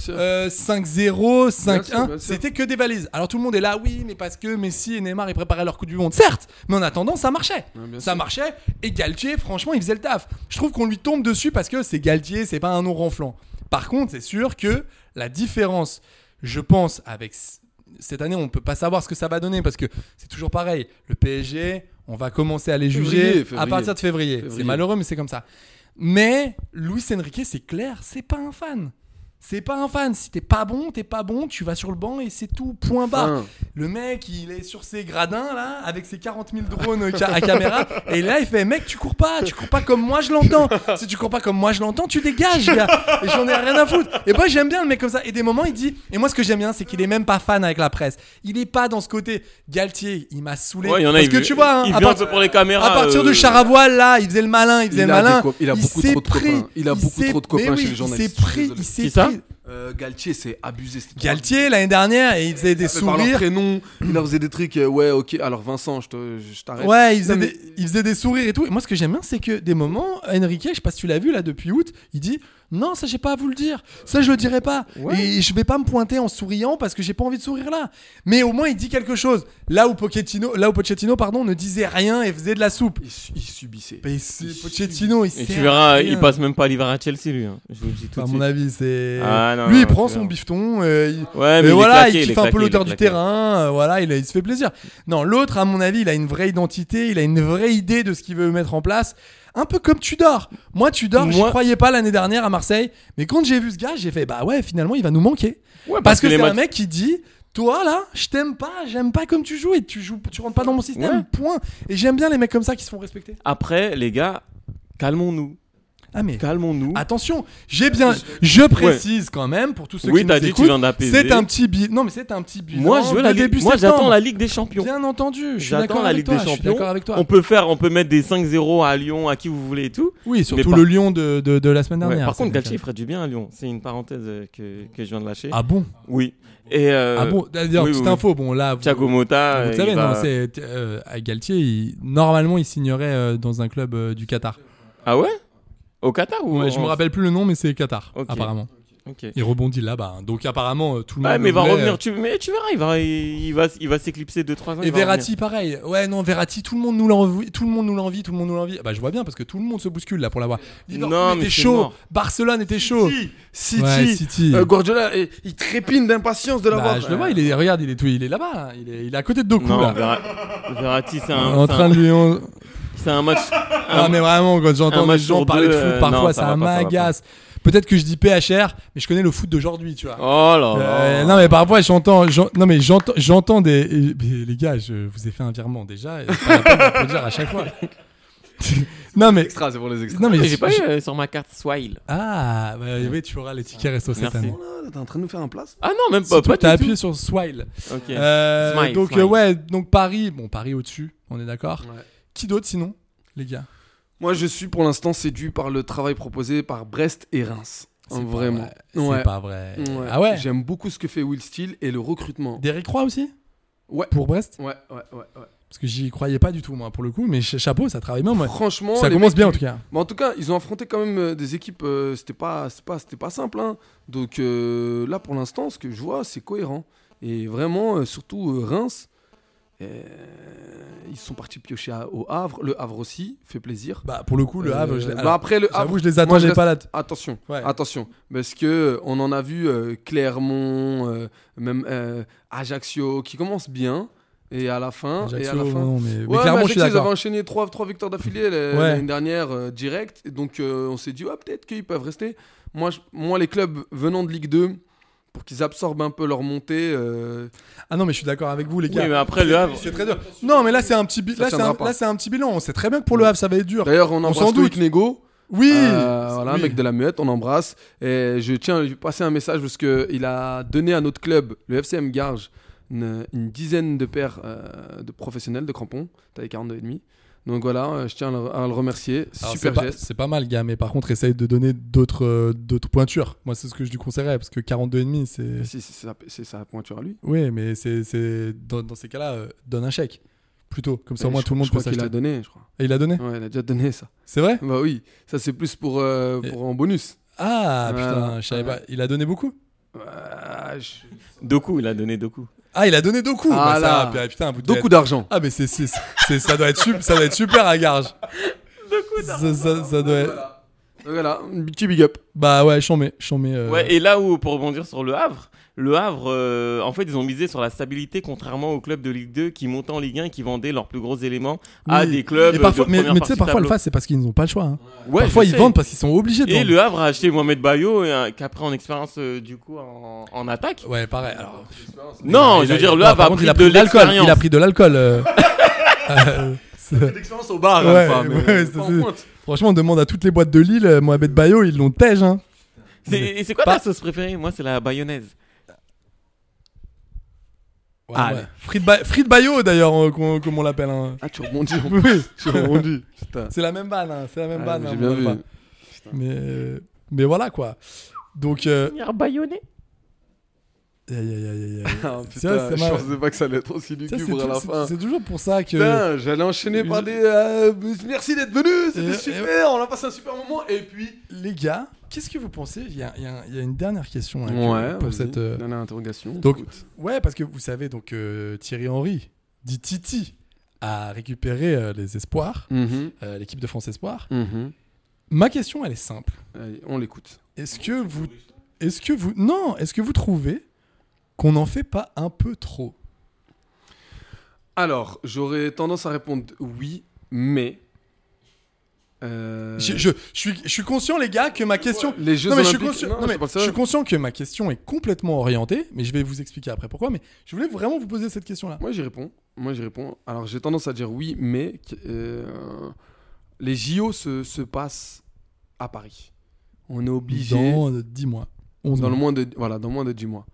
5-0, 5-1. C'était que des valises. Alors tout le monde est là, oui, mais parce que Messi et Neymar, ils préparaient leur Coupe du Monde. Certes, mais en attendant, ça marchait. Ça marchait. Et Galtier, franchement, il faisait le taf. Je trouve qu'on lui tombe dessus parce que c'est Galtier, c'est pas un nom ronflant. Par contre, c'est sûr que la différence, je pense, avec cette année, on peut pas savoir ce que ça va donner parce que c'est toujours pareil. Le PSG, on va commencer à les juger à partir de février. C'est malheureux, mais c'est comme ça. Mais Luis Enrique, c'est clair, c'est pas un fan. C'est pas un fan. Si t'es pas bon, tu vas sur le banc et c'est tout, point barre. Le mec, il est sur ses gradins là, avec ses 40 000 drones à caméra, et là il fait, mec, tu cours pas comme moi je l'entends. Si tu cours pas comme moi je l'entends, tu dégages, gars. Et j'en ai rien à foutre. Et moi j'aime bien le mec comme ça. Et des moments il dit, et moi ce que j'aime bien, c'est qu'il est même pas fan avec la presse. Il est pas dans ce côté. Galtier, il m'a saoulé. Ouais, parce que tu vois, il vient un peu pour les caméras. À partir de Charavoile là, il faisait le malin, il a beaucoup trop de copains. Il a beaucoup trop de copains chez les journalistes. Il s'est pris. Galtier, c'est abusé. Galtier, l'année dernière, et il faisait des sourires. Par leur prénom, il leur faisait des trucs. Ouais, ok. Alors Vincent, je t'arrête. Ouais, il faisait des sourires et tout. Et moi, ce que j'aime bien, c'est que des moments, Enrique, je sais pas si tu l'as vu là depuis août, il dit non, ça j'ai pas à vous le dire. Ça je le dirai pas. Ouais. Et je vais pas me pointer en souriant parce que j'ai pas envie de sourire là. Mais au moins il dit quelque chose. Là où Pochettino, ne disait rien et faisait de la soupe. Il subissait. Mais Pochettino, il et tu verras, il passe même pas l'hiver à Chelsea lui. Hein. Je vous le dis tout de suite. À mon avis, c'est. Non, lui, il prend son bifton. Mais voilà, il kiffe un peu l'odeur du terrain. Voilà, il se fait plaisir. Non, l'autre, à mon avis, il a une vraie identité. Il a une vraie idée de ce qu'il veut mettre en place. Un peu comme Tudor. Moi, Tudor, je croyais pas l'année dernière à Marseille. Mais quand j'ai vu ce gars, j'ai fait, bah ouais, finalement, il va nous manquer. Ouais, parce que c'est un mec qui dit, toi là, je t'aime pas, j'aime pas comme tu joues et tu rentres pas dans mon système, point. Et j'aime bien les mecs comme ça qui se font respecter. Après, les gars, calmons-nous. Ah mais calmons-nous. Attention, je précise quand même pour tous ceux qui nous écoutent. Tu viens d'apaiser. C'est un petit bilan. Non mais c'est un petit bilan. Moi j'attends la Ligue des Champions. Bien entendu, je suis d'accord avec toi. Je suis d'accord avec toi. On peut mettre des 5-0 à Lyon, à qui vous voulez et tout. Oui, surtout le Lyon de la semaine dernière. Par contre, Galtier ferait du bien à Lyon. C'est une parenthèse que je viens de lâcher. Ah bon? Oui. Et ah bon, d'ailleurs, petite info, bon là, Thiago Motta, vous savez, non, c'est Galtier, normalement, il signerait dans un club du Qatar. Ah ouais? Au Qatar ou je me rappelle plus le nom, mais c'est Qatar, apparemment. Okay. Il rebondit là-bas. Donc apparemment tout le monde. Mais il va revenir. Mais tu verras, il va s'éclipser 2-3 ans. Et Verratti pareil. Ouais non, Verratti, tout le monde nous l'envie. Bah je vois bien parce que tout le monde se bouscule là pour l'avoir. Liverpool était chaud. Mort. Barcelone était chaud. City. Guardiola, il trépine d'impatience de l'avoir. Je le vois. Il est là-bas. Il est à côté de Doku là. Verratti, c'est en train de lui. C'est un match. Non mais vraiment, quand j'entends des gens parler de foot, parfois ça m'agace. Peut-être que je dis PHR, mais je connais le foot d'aujourd'hui, tu vois. Oh là là. Non mais parfois j'entends des. Mais les gars, je vous ai fait un virement déjà. Et c'est pas la peine de le dire à chaque fois. Non mais. Extra, c'est pour les extras. Non mais j'ai pas eu sur ma carte Swile. Ah, oui, tu auras les tickets resto cette année. T'es en train de nous faire un place? Ah non, même pas. T'as appuyé sur Swile. Ok. Donc Paris au-dessus, on est d'accord. Ouais. Qui d'autre sinon, les gars? Moi, je suis pour l'instant séduit par le travail proposé par Brest et Reims. Vraiment. C'est pas vrai. Ouais. Ah ouais? J'aime beaucoup ce que fait Will Steele et le recrutement. Derrick Roy aussi? Ouais. Pour Brest? Ouais. Parce que j'y croyais pas du tout, moi, pour le coup. Mais chapeau, ça travaille bien, moi. Franchement, ça commence bien, en tout cas. Mais en tout cas, ils ont affronté quand même des équipes. C'était pas simple. Hein. Donc là, pour l'instant, ce que je vois, c'est cohérent. Et vraiment, surtout Reims. Ils sont partis piocher au Havre. Le Havre aussi fait plaisir. Bah pour le coup le Havre. Après le Havre, je les attendais pas là. Attention, parce que on en a vu Clermont, même Ajaccio qui commence bien. Et à la fin, non, mais Clermont, Ajaccio, ils avaient enchaîné 3 victoires d'affilée l'année dernière direct. Et donc on s'est dit peut-être qu'ils peuvent rester. Moi les clubs venant de Ligue 2. pour qu'ils absorbent un peu leur montée. Ah non, mais je suis d'accord avec vous, les gars. Oui, mais après, Le Havre. C'est très dur. Non, mais là, c'est un petit, là, c'est un petit bilan. On sait très bien que pour Le Havre, ça va être dur. D'ailleurs, on embrasse Loïc Nego. Oui. Voilà, oui. mec de la Muette, on embrasse. Et je tiens à lui passer un message parce qu'il a donné à notre club, le FCM Garges, une dizaine de paires de professionnels de crampons, taille 42,5. Donc voilà, je tiens à le remercier. Alors, Super geste. C'est pas mal, gars, mais par contre, essaye de donner d'autres pointures. Moi, c'est ce que je lui conseillerais, parce que 42,5, c'est. Si, c'est sa pointure à lui. Oui, mais c'est dans ces cas-là, donne un chèque. Plutôt, comme ça, au moins tout le monde peut s'acheter. Je crois qu'il a donné, je crois. Et il a donné ? Ouais, il a déjà donné ça. C'est vrai ? Bah oui, ça c'est plus pour en bonus. Ah, putain, je savais pas. Il a donné beaucoup ? Doku, il a donné Doku. Ah, il a donné Doku. Ah bah, là, ça, putain, Doku d'argent. Ah, mais ça doit être super à Garges. Doku d'argent. Ça doit être. Voilà, un petit big up. Bah ouais, j'en mets. Ouais, et là où, pour rebondir sur Le Havre, en fait, ils ont misé sur la stabilité, contrairement aux clubs de Ligue 2 qui montaient en Ligue 1 et qui vendaient leurs plus gros éléments à des clubs. Mais tu sais, parfois, le face, c'est parce qu'ils n'ont pas le choix. Hein. Ouais, parfois, ils vendent parce qu'ils sont obligés de vendre. Et Le Havre a acheté Mohamed Bayo, qui a pris en expérience du coup en attaque. Ouais, pareil. Alors... Non, je veux dire, Le Havre a pris de l'expérience. Il a pris de l'alcool. L'expérience au bar, franchement, on demande à toutes les boîtes de Lille, Mohamed Bayo, ils l'ont tège. Hein. Et c'est quoi ta sauce préférée ? Moi, c'est la bayonnaise. Ouais, ouais. Frites Bayo, d'ailleurs, comme on l'appelle. Hein. Ah, tu rebondis. Oui. Tu rebondis. C'est la même banne. Hein. C'est la même banne. J'ai bien vu. Mais voilà, quoi. Donc. Il y a un bayonnais. Ah, putain, je pensais pas que ça allait être aussi lugubre à la fin. C'est toujours pour ça que. Putain, j'allais enchaîner par des. Merci d'être venu, c'était super, on a passé un super moment. Et puis. Les gars, qu'est-ce que vous pensez ? Il y a une dernière question là, pour cette. Dernière interrogation. Donc, ouais, parce que vous savez, donc Thierry Henry, dit Titi, a récupéré les espoirs, l'équipe de France Espoir. Ma question, elle est simple. Allez, on l'écoute. Est-ce que vous trouvez qu'on n'en fait pas un peu trop ? Alors, j'aurais tendance à répondre oui, mais... Je suis conscient, les gars, que ma question... Les Jeux Olympiques... je suis conscient que ma question est complètement orientée, mais je vais vous expliquer après pourquoi, mais je voulais vraiment vous poser cette question-là. Moi, j'y réponds. Alors, j'ai tendance à dire oui, mais les JO se passent à Paris. On est obligé... Dans 10 mois. 11 dans mois. Dans moins de 10 mois.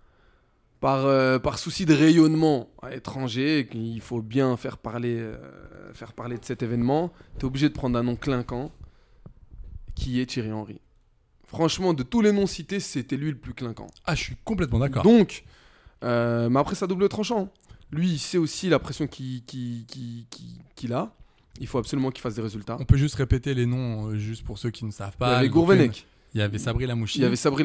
Par souci de rayonnement à l'étranger, il faut bien faire parler de cet événement, tu es obligé de prendre un nom clinquant qui est Thierry Henry. Franchement, de tous les noms cités, c'était lui le plus clinquant. Ah, je suis complètement d'accord. Donc, mais après, ça double tranchant. Lui, il sait aussi la pression qu'il a. Il faut absolument qu'il fasse des résultats. On peut juste répéter les noms, juste pour ceux qui ne savent pas. Il y avait Gourvenec. Il y avait Sabri Lamouchi.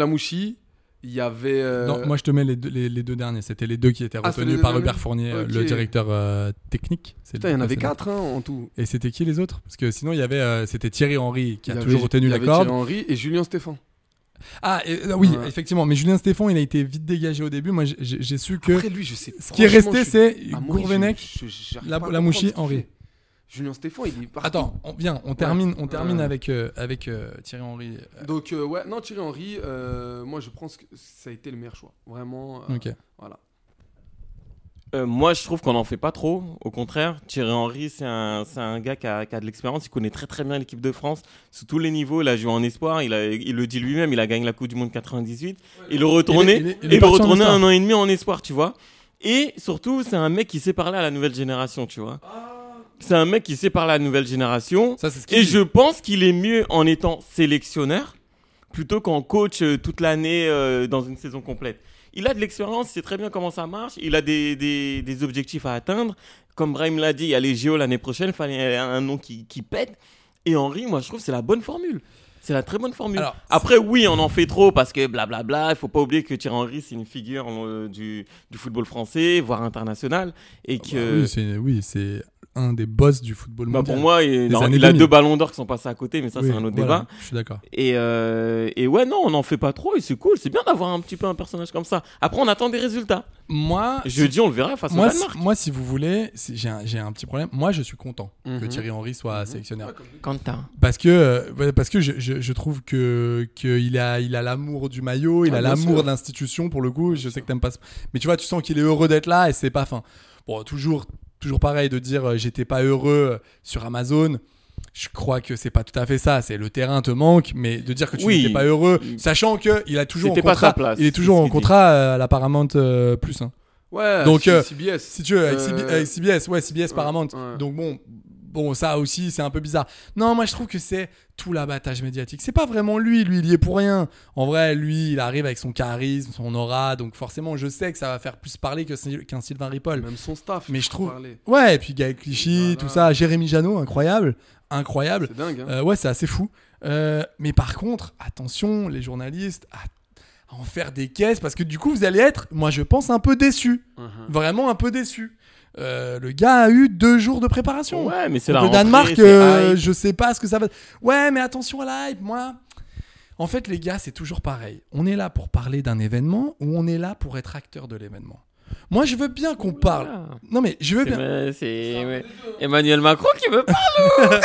Il y avait... Non, moi je te mets les deux derniers. C'était les deux qui étaient retenus par Hubert Fournier, le directeur technique. Putain, il y en avait 4 en tout. Et c'était qui les autres ? Parce que sinon il y avait c'était Thierry Henry qui a toujours retenu la corde. Thierry Henry et Julien Stéphan. Ah oui, effectivement. Mais Julien Stéphan, il a été vite dégagé au début. Moi j'ai su que... Après lui, je sais. Ce qui est resté, c'est Gourvenec, Lamouchi, Henry. Julien Stéphan, il est partout. Attends, on termine avec Thierry Henry. Donc Thierry Henry, moi je pense que ça a été le meilleur choix, vraiment. Ok. Voilà. Moi, je trouve qu'on n'en fait pas trop. Au contraire, Thierry Henry, c'est un gars qui a de l'expérience. Il connaît très très bien l'équipe de France sous tous les niveaux. Il a joué en espoir. Il le dit lui-même. Il a gagné la Coupe du Monde 98. Il le retournait. Il le retournait 1 an et demi en espoir, tu vois. Et surtout, c'est un mec qui sait parler à la nouvelle génération, tu vois. C'est un mec qui sait parler à la nouvelle génération. Ça, c'est je pense qu'il est mieux en étant sélectionneur plutôt qu'en coach toute l'année dans une saison complète. Il a de l'expérience, il sait très bien comment ça marche. Il a des objectifs à atteindre. Comme Brahim l'a dit, il y a les JO l'année prochaine. Il fallait un nom qui pète. Et Henry, moi, je trouve que c'est la bonne formule. C'est la très bonne formule. Alors, après, oui, on en fait trop parce que blablabla. Il ne faut pas oublier que Thierry Henry, c'est une figure du football français, voire international. Et que... oui, c'est un des boss du football mondial. Pour moi, il a 2 ballons d'or qui sont passés à côté, mais ça, c'est un autre débat. Je suis d'accord. Et ouais, non, on n'en fait pas trop et c'est cool. C'est bien d'avoir un petit peu un personnage comme ça. Après, on attend des résultats. Moi, jeudi, on le verra face au Danemark. Moi, si vous voulez, j'ai un petit problème. Moi, je suis content que Thierry Henry soit sélectionneur. Quentin. Parce que je trouve qu'il a l'amour du maillot, il a l'amour de l'institution pour le coup. Je sais que t'aimes pas, mais tu vois, tu sens qu'il est heureux d'être là et c'est pas fin. Bon, toujours pareil de dire j'étais pas heureux sur Amazon. Je crois que c'est pas tout à fait ça. C'est le terrain te manque, mais de dire que tu n'étais pas heureux, sachant que il a toujours C'était en contrat, place, il est toujours en contrat à la Paramount Plus. Hein. Ouais. Donc CBS. si tu veux avec CBS, CBS Paramount. Ouais. Donc bon, ça aussi c'est un peu bizarre. Non, moi je trouve que c'est tout l'abattage médiatique. C'est pas vraiment lui il y est pour rien. En vrai, lui, il arrive avec son charisme, son aura, donc forcément, je sais que ça va faire plus parler qu'un Sylvain Ripoll. Même son staff. Mais je trouve. Ouais, et puis Gaël Clichy, tout ça, Jérémy Janot, incroyable. C'est dingue. Hein. Ouais, c'est assez fou. Mais par contre, attention, les journalistes, à en faire des caisses, parce que du coup, vous allez être, moi, je pense, un peu déçus. Vraiment un peu déçus. Le gars a eu 2 jours de préparation. Ouais, mais c'est donc la le Danemark, rentrée, je sais pas ce que ça va. Ouais, mais attention à la hype, moi. En fait, les gars, c'est toujours pareil. On est là pour parler d'un événement ou on est là pour être acteur de l'événement. Moi, je veux bien qu'on parle. Non, mais je veux bien. C'est Emmanuel Macron qui me parle.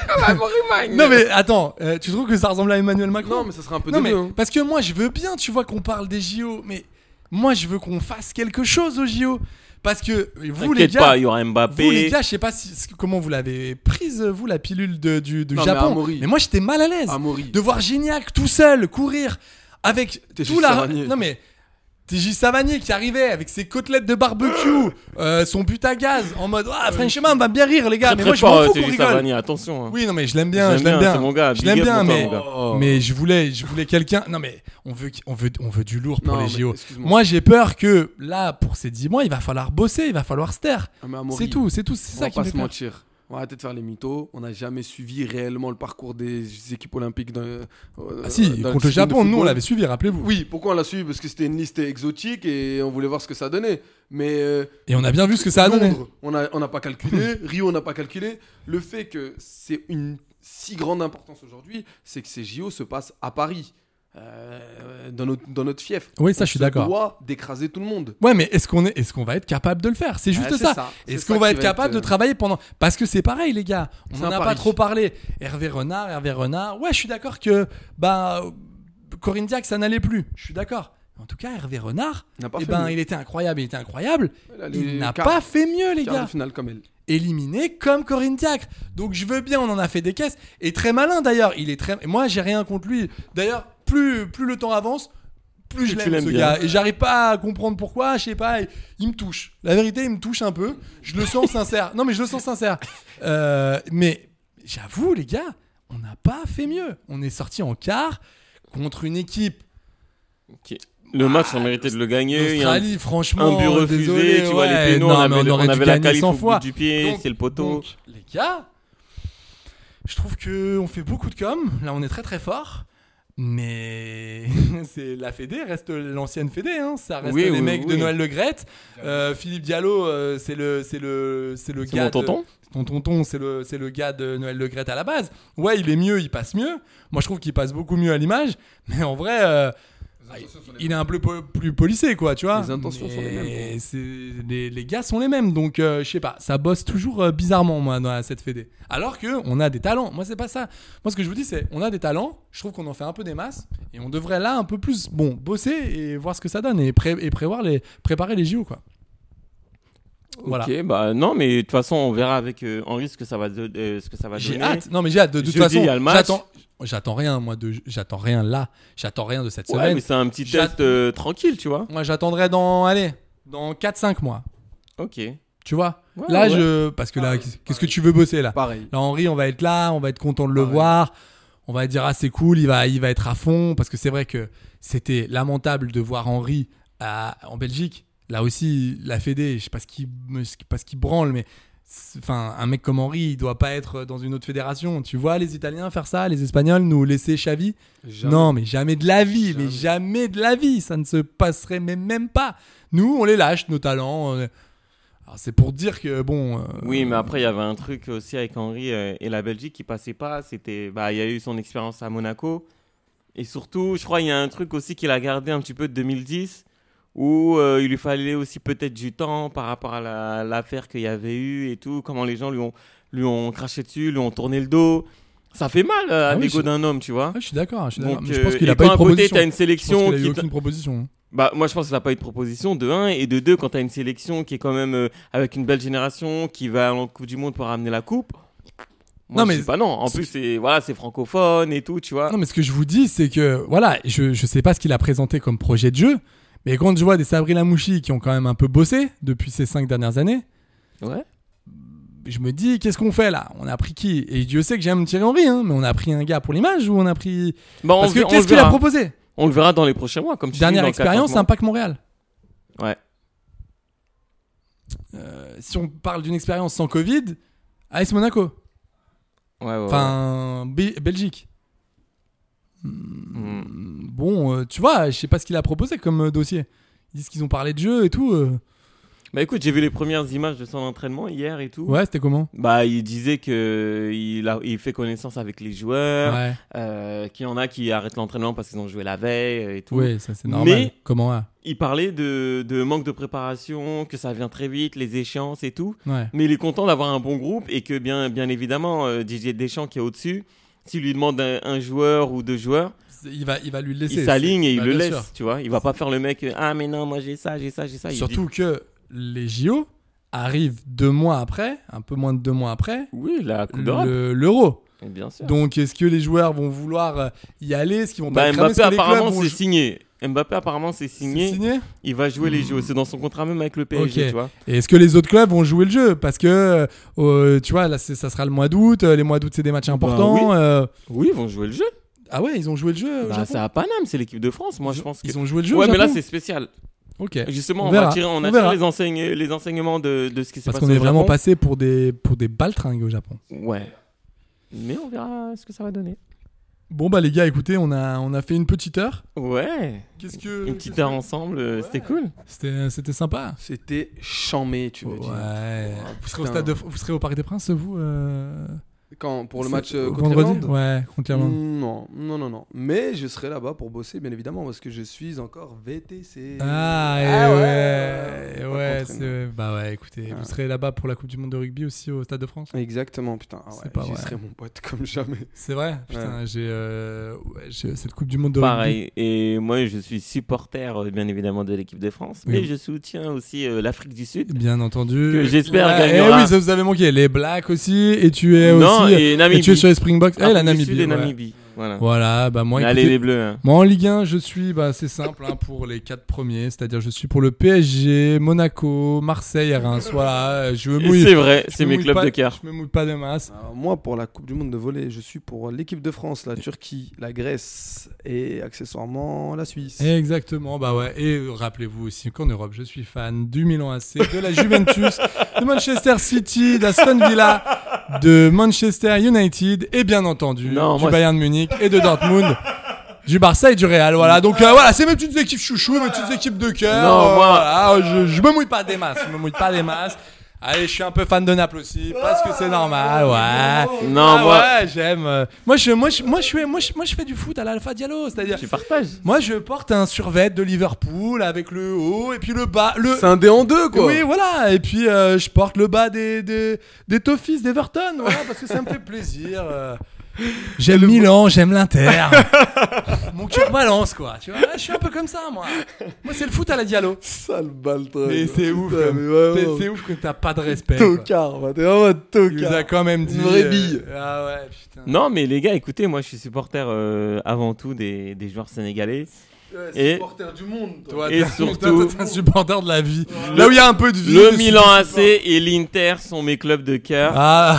Non, mais attends, tu trouves que ça ressemble à Emmanuel Macron? Non, mais ça serait un peu des deux. Hein. Parce que moi, je veux bien, tu vois, qu'on parle des JO, mais moi, je veux qu'on fasse quelque chose aux JO. Parce que vous, les gars, pas, il y aura Mbappé. Vous, les gars, je sais pas comment vous l'avez prise, vous, la pilule du Japon. Mais moi, j'étais mal à l'aise de voir Gignac tout seul courir avec tout la. Non, mais. TJ Savanier qui arrivait avec ses côtelettes de barbecue, son but à gaz, en mode franchement on va bien rire les gars, très, mais moi très je m'en fous qu'on rigole. Savanier, attention. Hein. Oui non mais je l'aime bien, c'est mon gars, je l'aime bien, mais je voulais quelqu'un. Non mais on veut du lourd pour les JO. Moi j'ai peur que là pour ces 10 mois il va falloir bosser, il va falloir se taire. C'est tout, c'est ça qui me fait peur. Mentir. On va arrêter de faire les mythos. On n'a jamais suivi réellement le parcours des équipes olympiques. Contre le Japon, nous on l'avait suivi, rappelez-vous. Oui, pourquoi on l'a suivi? Parce que c'était une liste exotique et on voulait voir ce que ça donnait. Mais et on a bien vu ce que ça a donné. On n'a pas calculé. Rio, on n'a pas calculé. Le fait que c'est une si grande importance aujourd'hui, c'est que ces JO se passent à Paris. Dans notre fief. Oui, ça je suis d'accord. On doit d'écraser tout le monde. Ouais, mais est-ce qu'on va être capable de le faire? C'est juste ça. Est-ce qu'on va être capable de travailler pendant? Parce que c'est pareil, les gars. On n'en a pas trop parlé. Hervé Renard. Ouais, je suis d'accord que Corinne Diacre, ça n'allait plus. Je suis d'accord. En tout cas, Hervé Renard, il était incroyable. Il n'a pas fait mieux, les gars. Finale comme elle. Éliminé comme Corinne Diacre. Donc je veux bien, on en a fait des caisses. Et très malin d'ailleurs. Moi, j'ai rien contre lui. D'ailleurs, plus le temps avance, plus je l'aime ce gars. Et j'arrive pas à comprendre pourquoi, je sais pas, il me touche. La vérité, il me touche un peu. Je le sens sincère. Non, mais je le sens sincère. Mais j'avoue, les gars, on n'a pas fait mieux. On est sorti en quart contre une équipe. Le match, on méritait de le gagner. L'Australie, franchement, un but refusé, désolé, tu vois, les pénaux, on avait la qualif au bout du pied, donc, c'est le poteau. Donc, les gars, je trouve qu'on fait beaucoup de com. Là, on est très très fort. Mais c'est la Fédé reste l'ancienne Fédé, hein. Ça reste les mecs de Noël Le Graët. Philippe Diallo, c'est le gars. Mon tonton. Ton tonton, c'est le gars de Noël Le Graët à la base. Ouais, il est mieux, il passe mieux. Moi, je trouve qu'il passe beaucoup mieux à l'image. Mais en vrai, il est un peu plus policé, quoi, tu vois. Les intentions sont les mêmes. Les gars sont les mêmes, donc je sais pas, ça bosse toujours bizarrement, moi, dans cette fédé. Alors qu'on a des talents. Moi, c'est pas ça. Moi, ce que je vous dis, c'est on a des talents. Je trouve qu'on en fait un peu des masses et on devrait là un peu plus, bosser et voir ce que ça donne et préparer les JO, quoi. Voilà. Ok, bah non, mais de toute façon, on verra avec Henri ce que ça va donner. J'ai hâte. Non, mais j'ai hâte. De toute façon, j'attends rien, moi. J'attends rien là. J'attends rien de cette semaine. Ouais, mais c'est un petit test tranquille, tu vois. Moi, j'attendrai dans 4-5 mois. Ok. Tu vois. Ouais, là, parce que là, qu'est-ce que tu veux bosser là? Pareil. Là, Henri, on va être là, on va être content de le voir. On va dire c'est cool, il va être à fond parce que c'est vrai que c'était lamentable de voir Henri en Belgique. Là aussi, la Fédé, je sais pas ce qui branle, mais un mec comme Henri, il doit pas être dans une autre fédération. Tu vois les Italiens faire ça, les Espagnols nous laisser Xavi. Non, mais jamais de la vie, jamais de la vie, ça ne se passerait même pas. Nous, on les lâche, nos talents. Alors, c'est pour dire que bon. Oui, mais après il y avait un truc aussi avec Henry et la Belgique qui passait pas. C'était, il y a eu son expérience à Monaco et surtout, je crois il y a un truc aussi qu'il a gardé un petit peu de 2010 où il lui fallait aussi peut-être du temps par rapport à l'affaire qu'il y avait eu et tout, comment les gens lui ont craché dessus, lui ont tourné le dos. Ça fait mal à l'ego d'un homme, tu vois. Je suis d'accord. Donc, mais je pense qu'il a pas eu de proposition. T'as une sélection il a eu aucune proposition. Moi, je pense qu'il n'a pas eu de proposition, de 1. Et de 2, quand tu as une sélection qui est quand même avec une belle génération, qui va en Coupe du Monde pour ramener la Coupe, moi, je dis pas non. En plus, c'est francophone et tout, tu vois. Non, mais ce que je vous dis, c'est que, voilà, je sais pas ce qu'il a présenté comme projet de jeu, mais quand je vois des Sabri Lamouchi qui ont quand même un peu bossé depuis ces 5 dernières années, je me dis, qu'est-ce qu'on fait là ? On a pris qui ? Et Dieu sait que j'aime Thierry Henry, mais on a pris un gars pour l'image ou on a pris... Parce que qu'est-ce qu'il a proposé ? On le verra dans les prochains mois, comme tu dis. Dernière expérience, Impact Montréal. Ouais. Si on parle d'une expérience sans Covid, AS Monaco. Enfin, Belgique. Bon, tu vois, je sais pas ce qu'il a proposé comme dossier. Ils disent qu'ils ont parlé de jeu et tout. Écoute, j'ai vu les premières images de son entraînement hier et tout. Ouais, c'était comment ? Il disait qu'il fait connaissance avec les joueurs, qu'il y en a qui arrêtent l'entraînement parce qu'ils ont joué la veille et tout. Oui, ça c'est normal. Mais comment il parlait de manque de préparation, que ça vient très vite, les échéances et tout. Ouais. Mais il est content d'avoir un bon groupe et que bien évidemment, Didier Deschamps qui est au-dessus, s'il lui demande un joueur ou 2 joueurs, il va lui laisser. Il s'aligne et il le laisse, sûr. tu vois. Il va pas faire le mec, mais non, moi j'ai ça. Surtout que les JO arrivent 2 mois après, un peu moins de 2 mois après. Oui, la Coupe d'Europe. L'Euro. Et bien sûr. Donc, est-ce que les joueurs vont vouloir y aller ? Est-ce qu'ils vont pas Mbappé apparemment c'est signé. C'est signé. signé. Il va jouer les JO. C'est dans son contrat même avec le PSG, tu vois. Et est-ce que les autres clubs vont jouer le jeu ? Parce que, tu vois, là, ça sera le mois d'août. Les mois d'août, c'est des matchs importants. Oui, ils vont jouer le jeu. Ah ouais, ils ont joué le jeu au Japon ? C'est à Paname, c'est l'équipe de France. Moi, je pense qu'ils ont joué le jeu au Japon. mais là, c'est spécial. Ok. Justement, on a tiré les enseignements de ce qui s'est passé au Japon. Parce qu'on est vraiment passé pour des baltringues au Japon. Ouais. Mais on verra ce que ça va donner. Bon les gars, écoutez, on a fait une petite heure. Ouais. Une petite heure ensemble, c'était cool. C'était sympa. C'était chambé, tu veux dire. Ouais. Vous serez au Parc des Princes, vous Quand pour le match contre vendredi l'Irlande ? Ouais, contre l'Irlande. Non. Mais je serai là-bas pour bosser, bien évidemment, parce que je suis encore VTC. Écoutez, vous serez là-bas pour la Coupe du Monde de rugby aussi au Stade de France ? Exactement, putain. J'y serai mon pote comme jamais. C'est vrai, putain. J'ai cette Coupe du Monde de rugby. Pareil. Et moi, je suis supporter, bien évidemment, de l'équipe de France, mais je soutiens aussi l'Afrique du Sud. Bien entendu. Que j'espère gagnera. Eh oui, ça vous avez manqué. Les Blacks aussi, et tu es aussi. Et Namibie. Et tu es sur les Springboks. La Namibie. Et Namibie. Voilà, moi, allez écoutez, les Bleus. Hein. Moi en Ligue 1, je suis, c'est simple, pour les 4 premiers, c'est-à-dire je suis pour le PSG, Monaco, Marseille et Reims. Voilà, je me mouille. C'est vrai, c'est mes clubs de cœur. Je me mouille pas de masse. Alors, moi, pour la Coupe du Monde de volley, je suis pour l'équipe de France, la Turquie, la Grèce et accessoirement la Suisse. Exactement, Et rappelez-vous aussi qu'en Europe, je suis fan du Milan AC, de la Juventus, de Manchester City, d'Aston Villa, de Manchester United et bien entendu du Bayern Munich et de Dortmund, du Barça et du Real. Voilà, donc c'est mes petites équipes chouchou, mes petites équipes de cœur. Je me mouille pas des masses. Allez, je suis un peu fan de Naples aussi parce que c'est normal, j'aime. Moi je fais du foot à l'Alpha Diallo, c'est-à-dire. Tu partages. Moi, je porte un survêt de Liverpool avec le haut et puis le bas. C'est un dé en deux, quoi. Oui, voilà. Et puis je porte le bas des Toffees d'Everton, voilà, parce que ça me fait plaisir. J'aime Milan, j'aime l'Inter. Mon cœur balance, quoi. Tu vois, je suis un peu comme ça, moi. Moi, c'est le foot à la Diallo. Sale baltringue. Mais c'est ouf. C'est ouf que t'as pas de respect. Tocard, t'es vraiment tocard. Il nous a quand même dit. Une vraie bille. Ah ouais, putain. Non, mais les gars, écoutez, moi, je suis supporter avant tout des joueurs sénégalais. Ouais, supporter du monde, toi. Et surtout, t'es un supporter de la vie. Là où il y a un peu de vie. Le Milan AC et l'Inter sont mes clubs de cœur.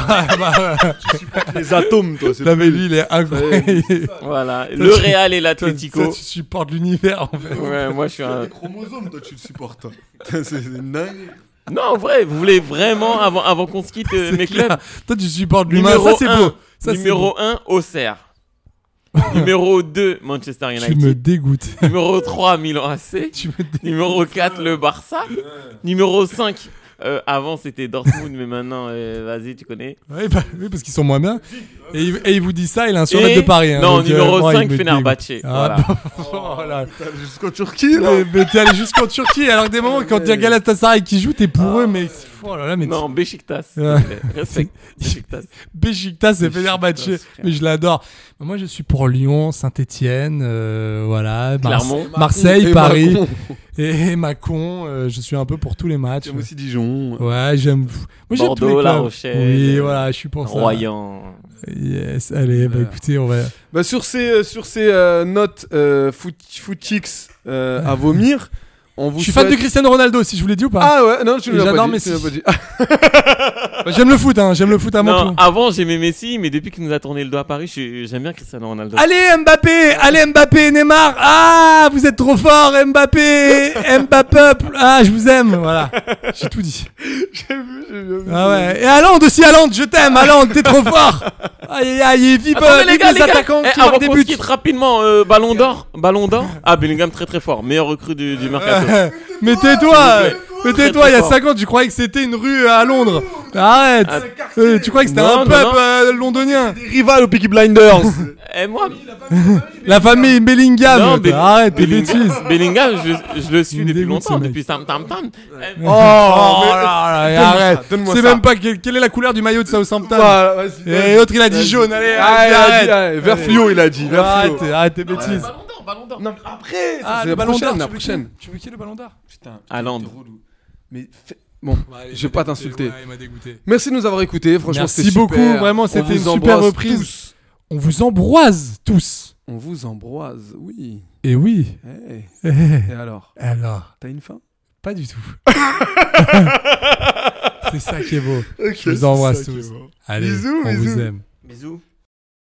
Tu supportes les atomes, toi. Mais lui, il est incroyable. Voilà. Le Real et l'Atlético. Toi, tu supportes l'univers, en fait. Ouais, moi, je suis un. Les chromosomes, toi, tu le supportes. C'est dingue. Non, en vrai, vous voulez vraiment, avant qu'on se quitte mes clubs. Toi, tu supportes l'humain. Ça, c'est beau. Numéro 1, Auxerre. Numéro 2, Manchester United. Tu me dégoûtes. Numéro 3, Milan AC. Numéro 4, le Barça. Numéro 5, avant c'était Dortmund, mais maintenant, vas-y, tu connais. Oui, parce qu'ils sont moins bien. Et il vous dit ça, il a un survêt de Paris. Hein, non, donc, numéro moi, 5, Fenerbahçe. Voilà. Voilà. Jusqu'en Turquie, là. Mais t'es allé jusqu'en Turquie, alors que des moments, quand il y a Galatasaray qui joue, t'es pour eux, mais. Oh là là, mais non, Beşiktaş. Respect. Beşiktaş, c'est Fenerbahçe. Mais je l'adore. Moi, je suis pour Lyon, Saint-Etienne, voilà. Marseille, Paris. Macron. Et Macron, je suis un peu pour tous les matchs. J'aime aussi Dijon. Ouais, j'aime. Moi, j'aime tous les Bordeaux, La clubs. Rochelle. Oui, voilà, je suis pour ça. Royan. Yes, allez, bah écoutez, on va. Bah sur ces notes footix à vomir, on vous. Je suis fan de Cristiano Ronaldo, si je vous l'ai dit ou pas. Ah ouais, non, tu ne l'as j'adore pas dit. Messi. Tu l'as pas dit. Bah, j'aime le foot à mon Non, tour. avant j'aimais Messi, mais depuis qu'il nous a tourné le dos à Paris, j'aime bien Cristiano Ronaldo. Allez Mbappé, Neymar. Ah, vous êtes trop fort, Mbappé, Ah, je vous aime, voilà. J'ai tout dit. J'ai vu. Ah ouais. Et Haaland aussi, je t'aime, Haaland, t'es trop fort. Aïe, vive les gars, attaquants qui avant marquent des qu'on buts. se quitte rapidement, Ballon d'Or. Ah, Bellingham très fort, meilleur recrue du mercato. Mais tais-toi, Très, il y très a fort. 5 ans, tu croyais que c'était une rue à Londres. Arrête. Tu croyais que c'était Non, un non, pub londonien. Des rivales au Peaky Blinders. Et moi, La famille Bellingham. Non, Arrête tes bêtises. Bellingham, je le suis Il me depuis dégoûte, ce longtemps, mec. depuis Tam Tam Tam. Oh là là, arrête. donne-moi C'est ça. même pas quelle est la couleur du maillot de Southampton. Voilà, vas-y. Et l'autre il a dit jaune. Allez, arrête. Vert fluo, il a dit. Vert fluo. Arrête tes bêtises. Ballon d'Or. Non, après. Ah, c'est le la ballon prochaine, d'or. la prochaine. Tu veux qui le ballon d'or? Putain. Haaland. t'es relou. Mais bon, je vais pas t'insulter. Ouais, il m'a dégoûté. Merci de nous avoir écoutés. Franchement, Merci c'était super. beaucoup, vraiment, On c'était vous une super embrasse reprise. tous. On vous ambroise tous. On vous embroise, oui. Et oui. Et alors Alors, T'as une faim? pas du tout. C'est ça qui est beau. Ok, Je vous c'est embrasse ça qui est tous. beau. Allez, Bisous, on vous bisous. aime. Bisous.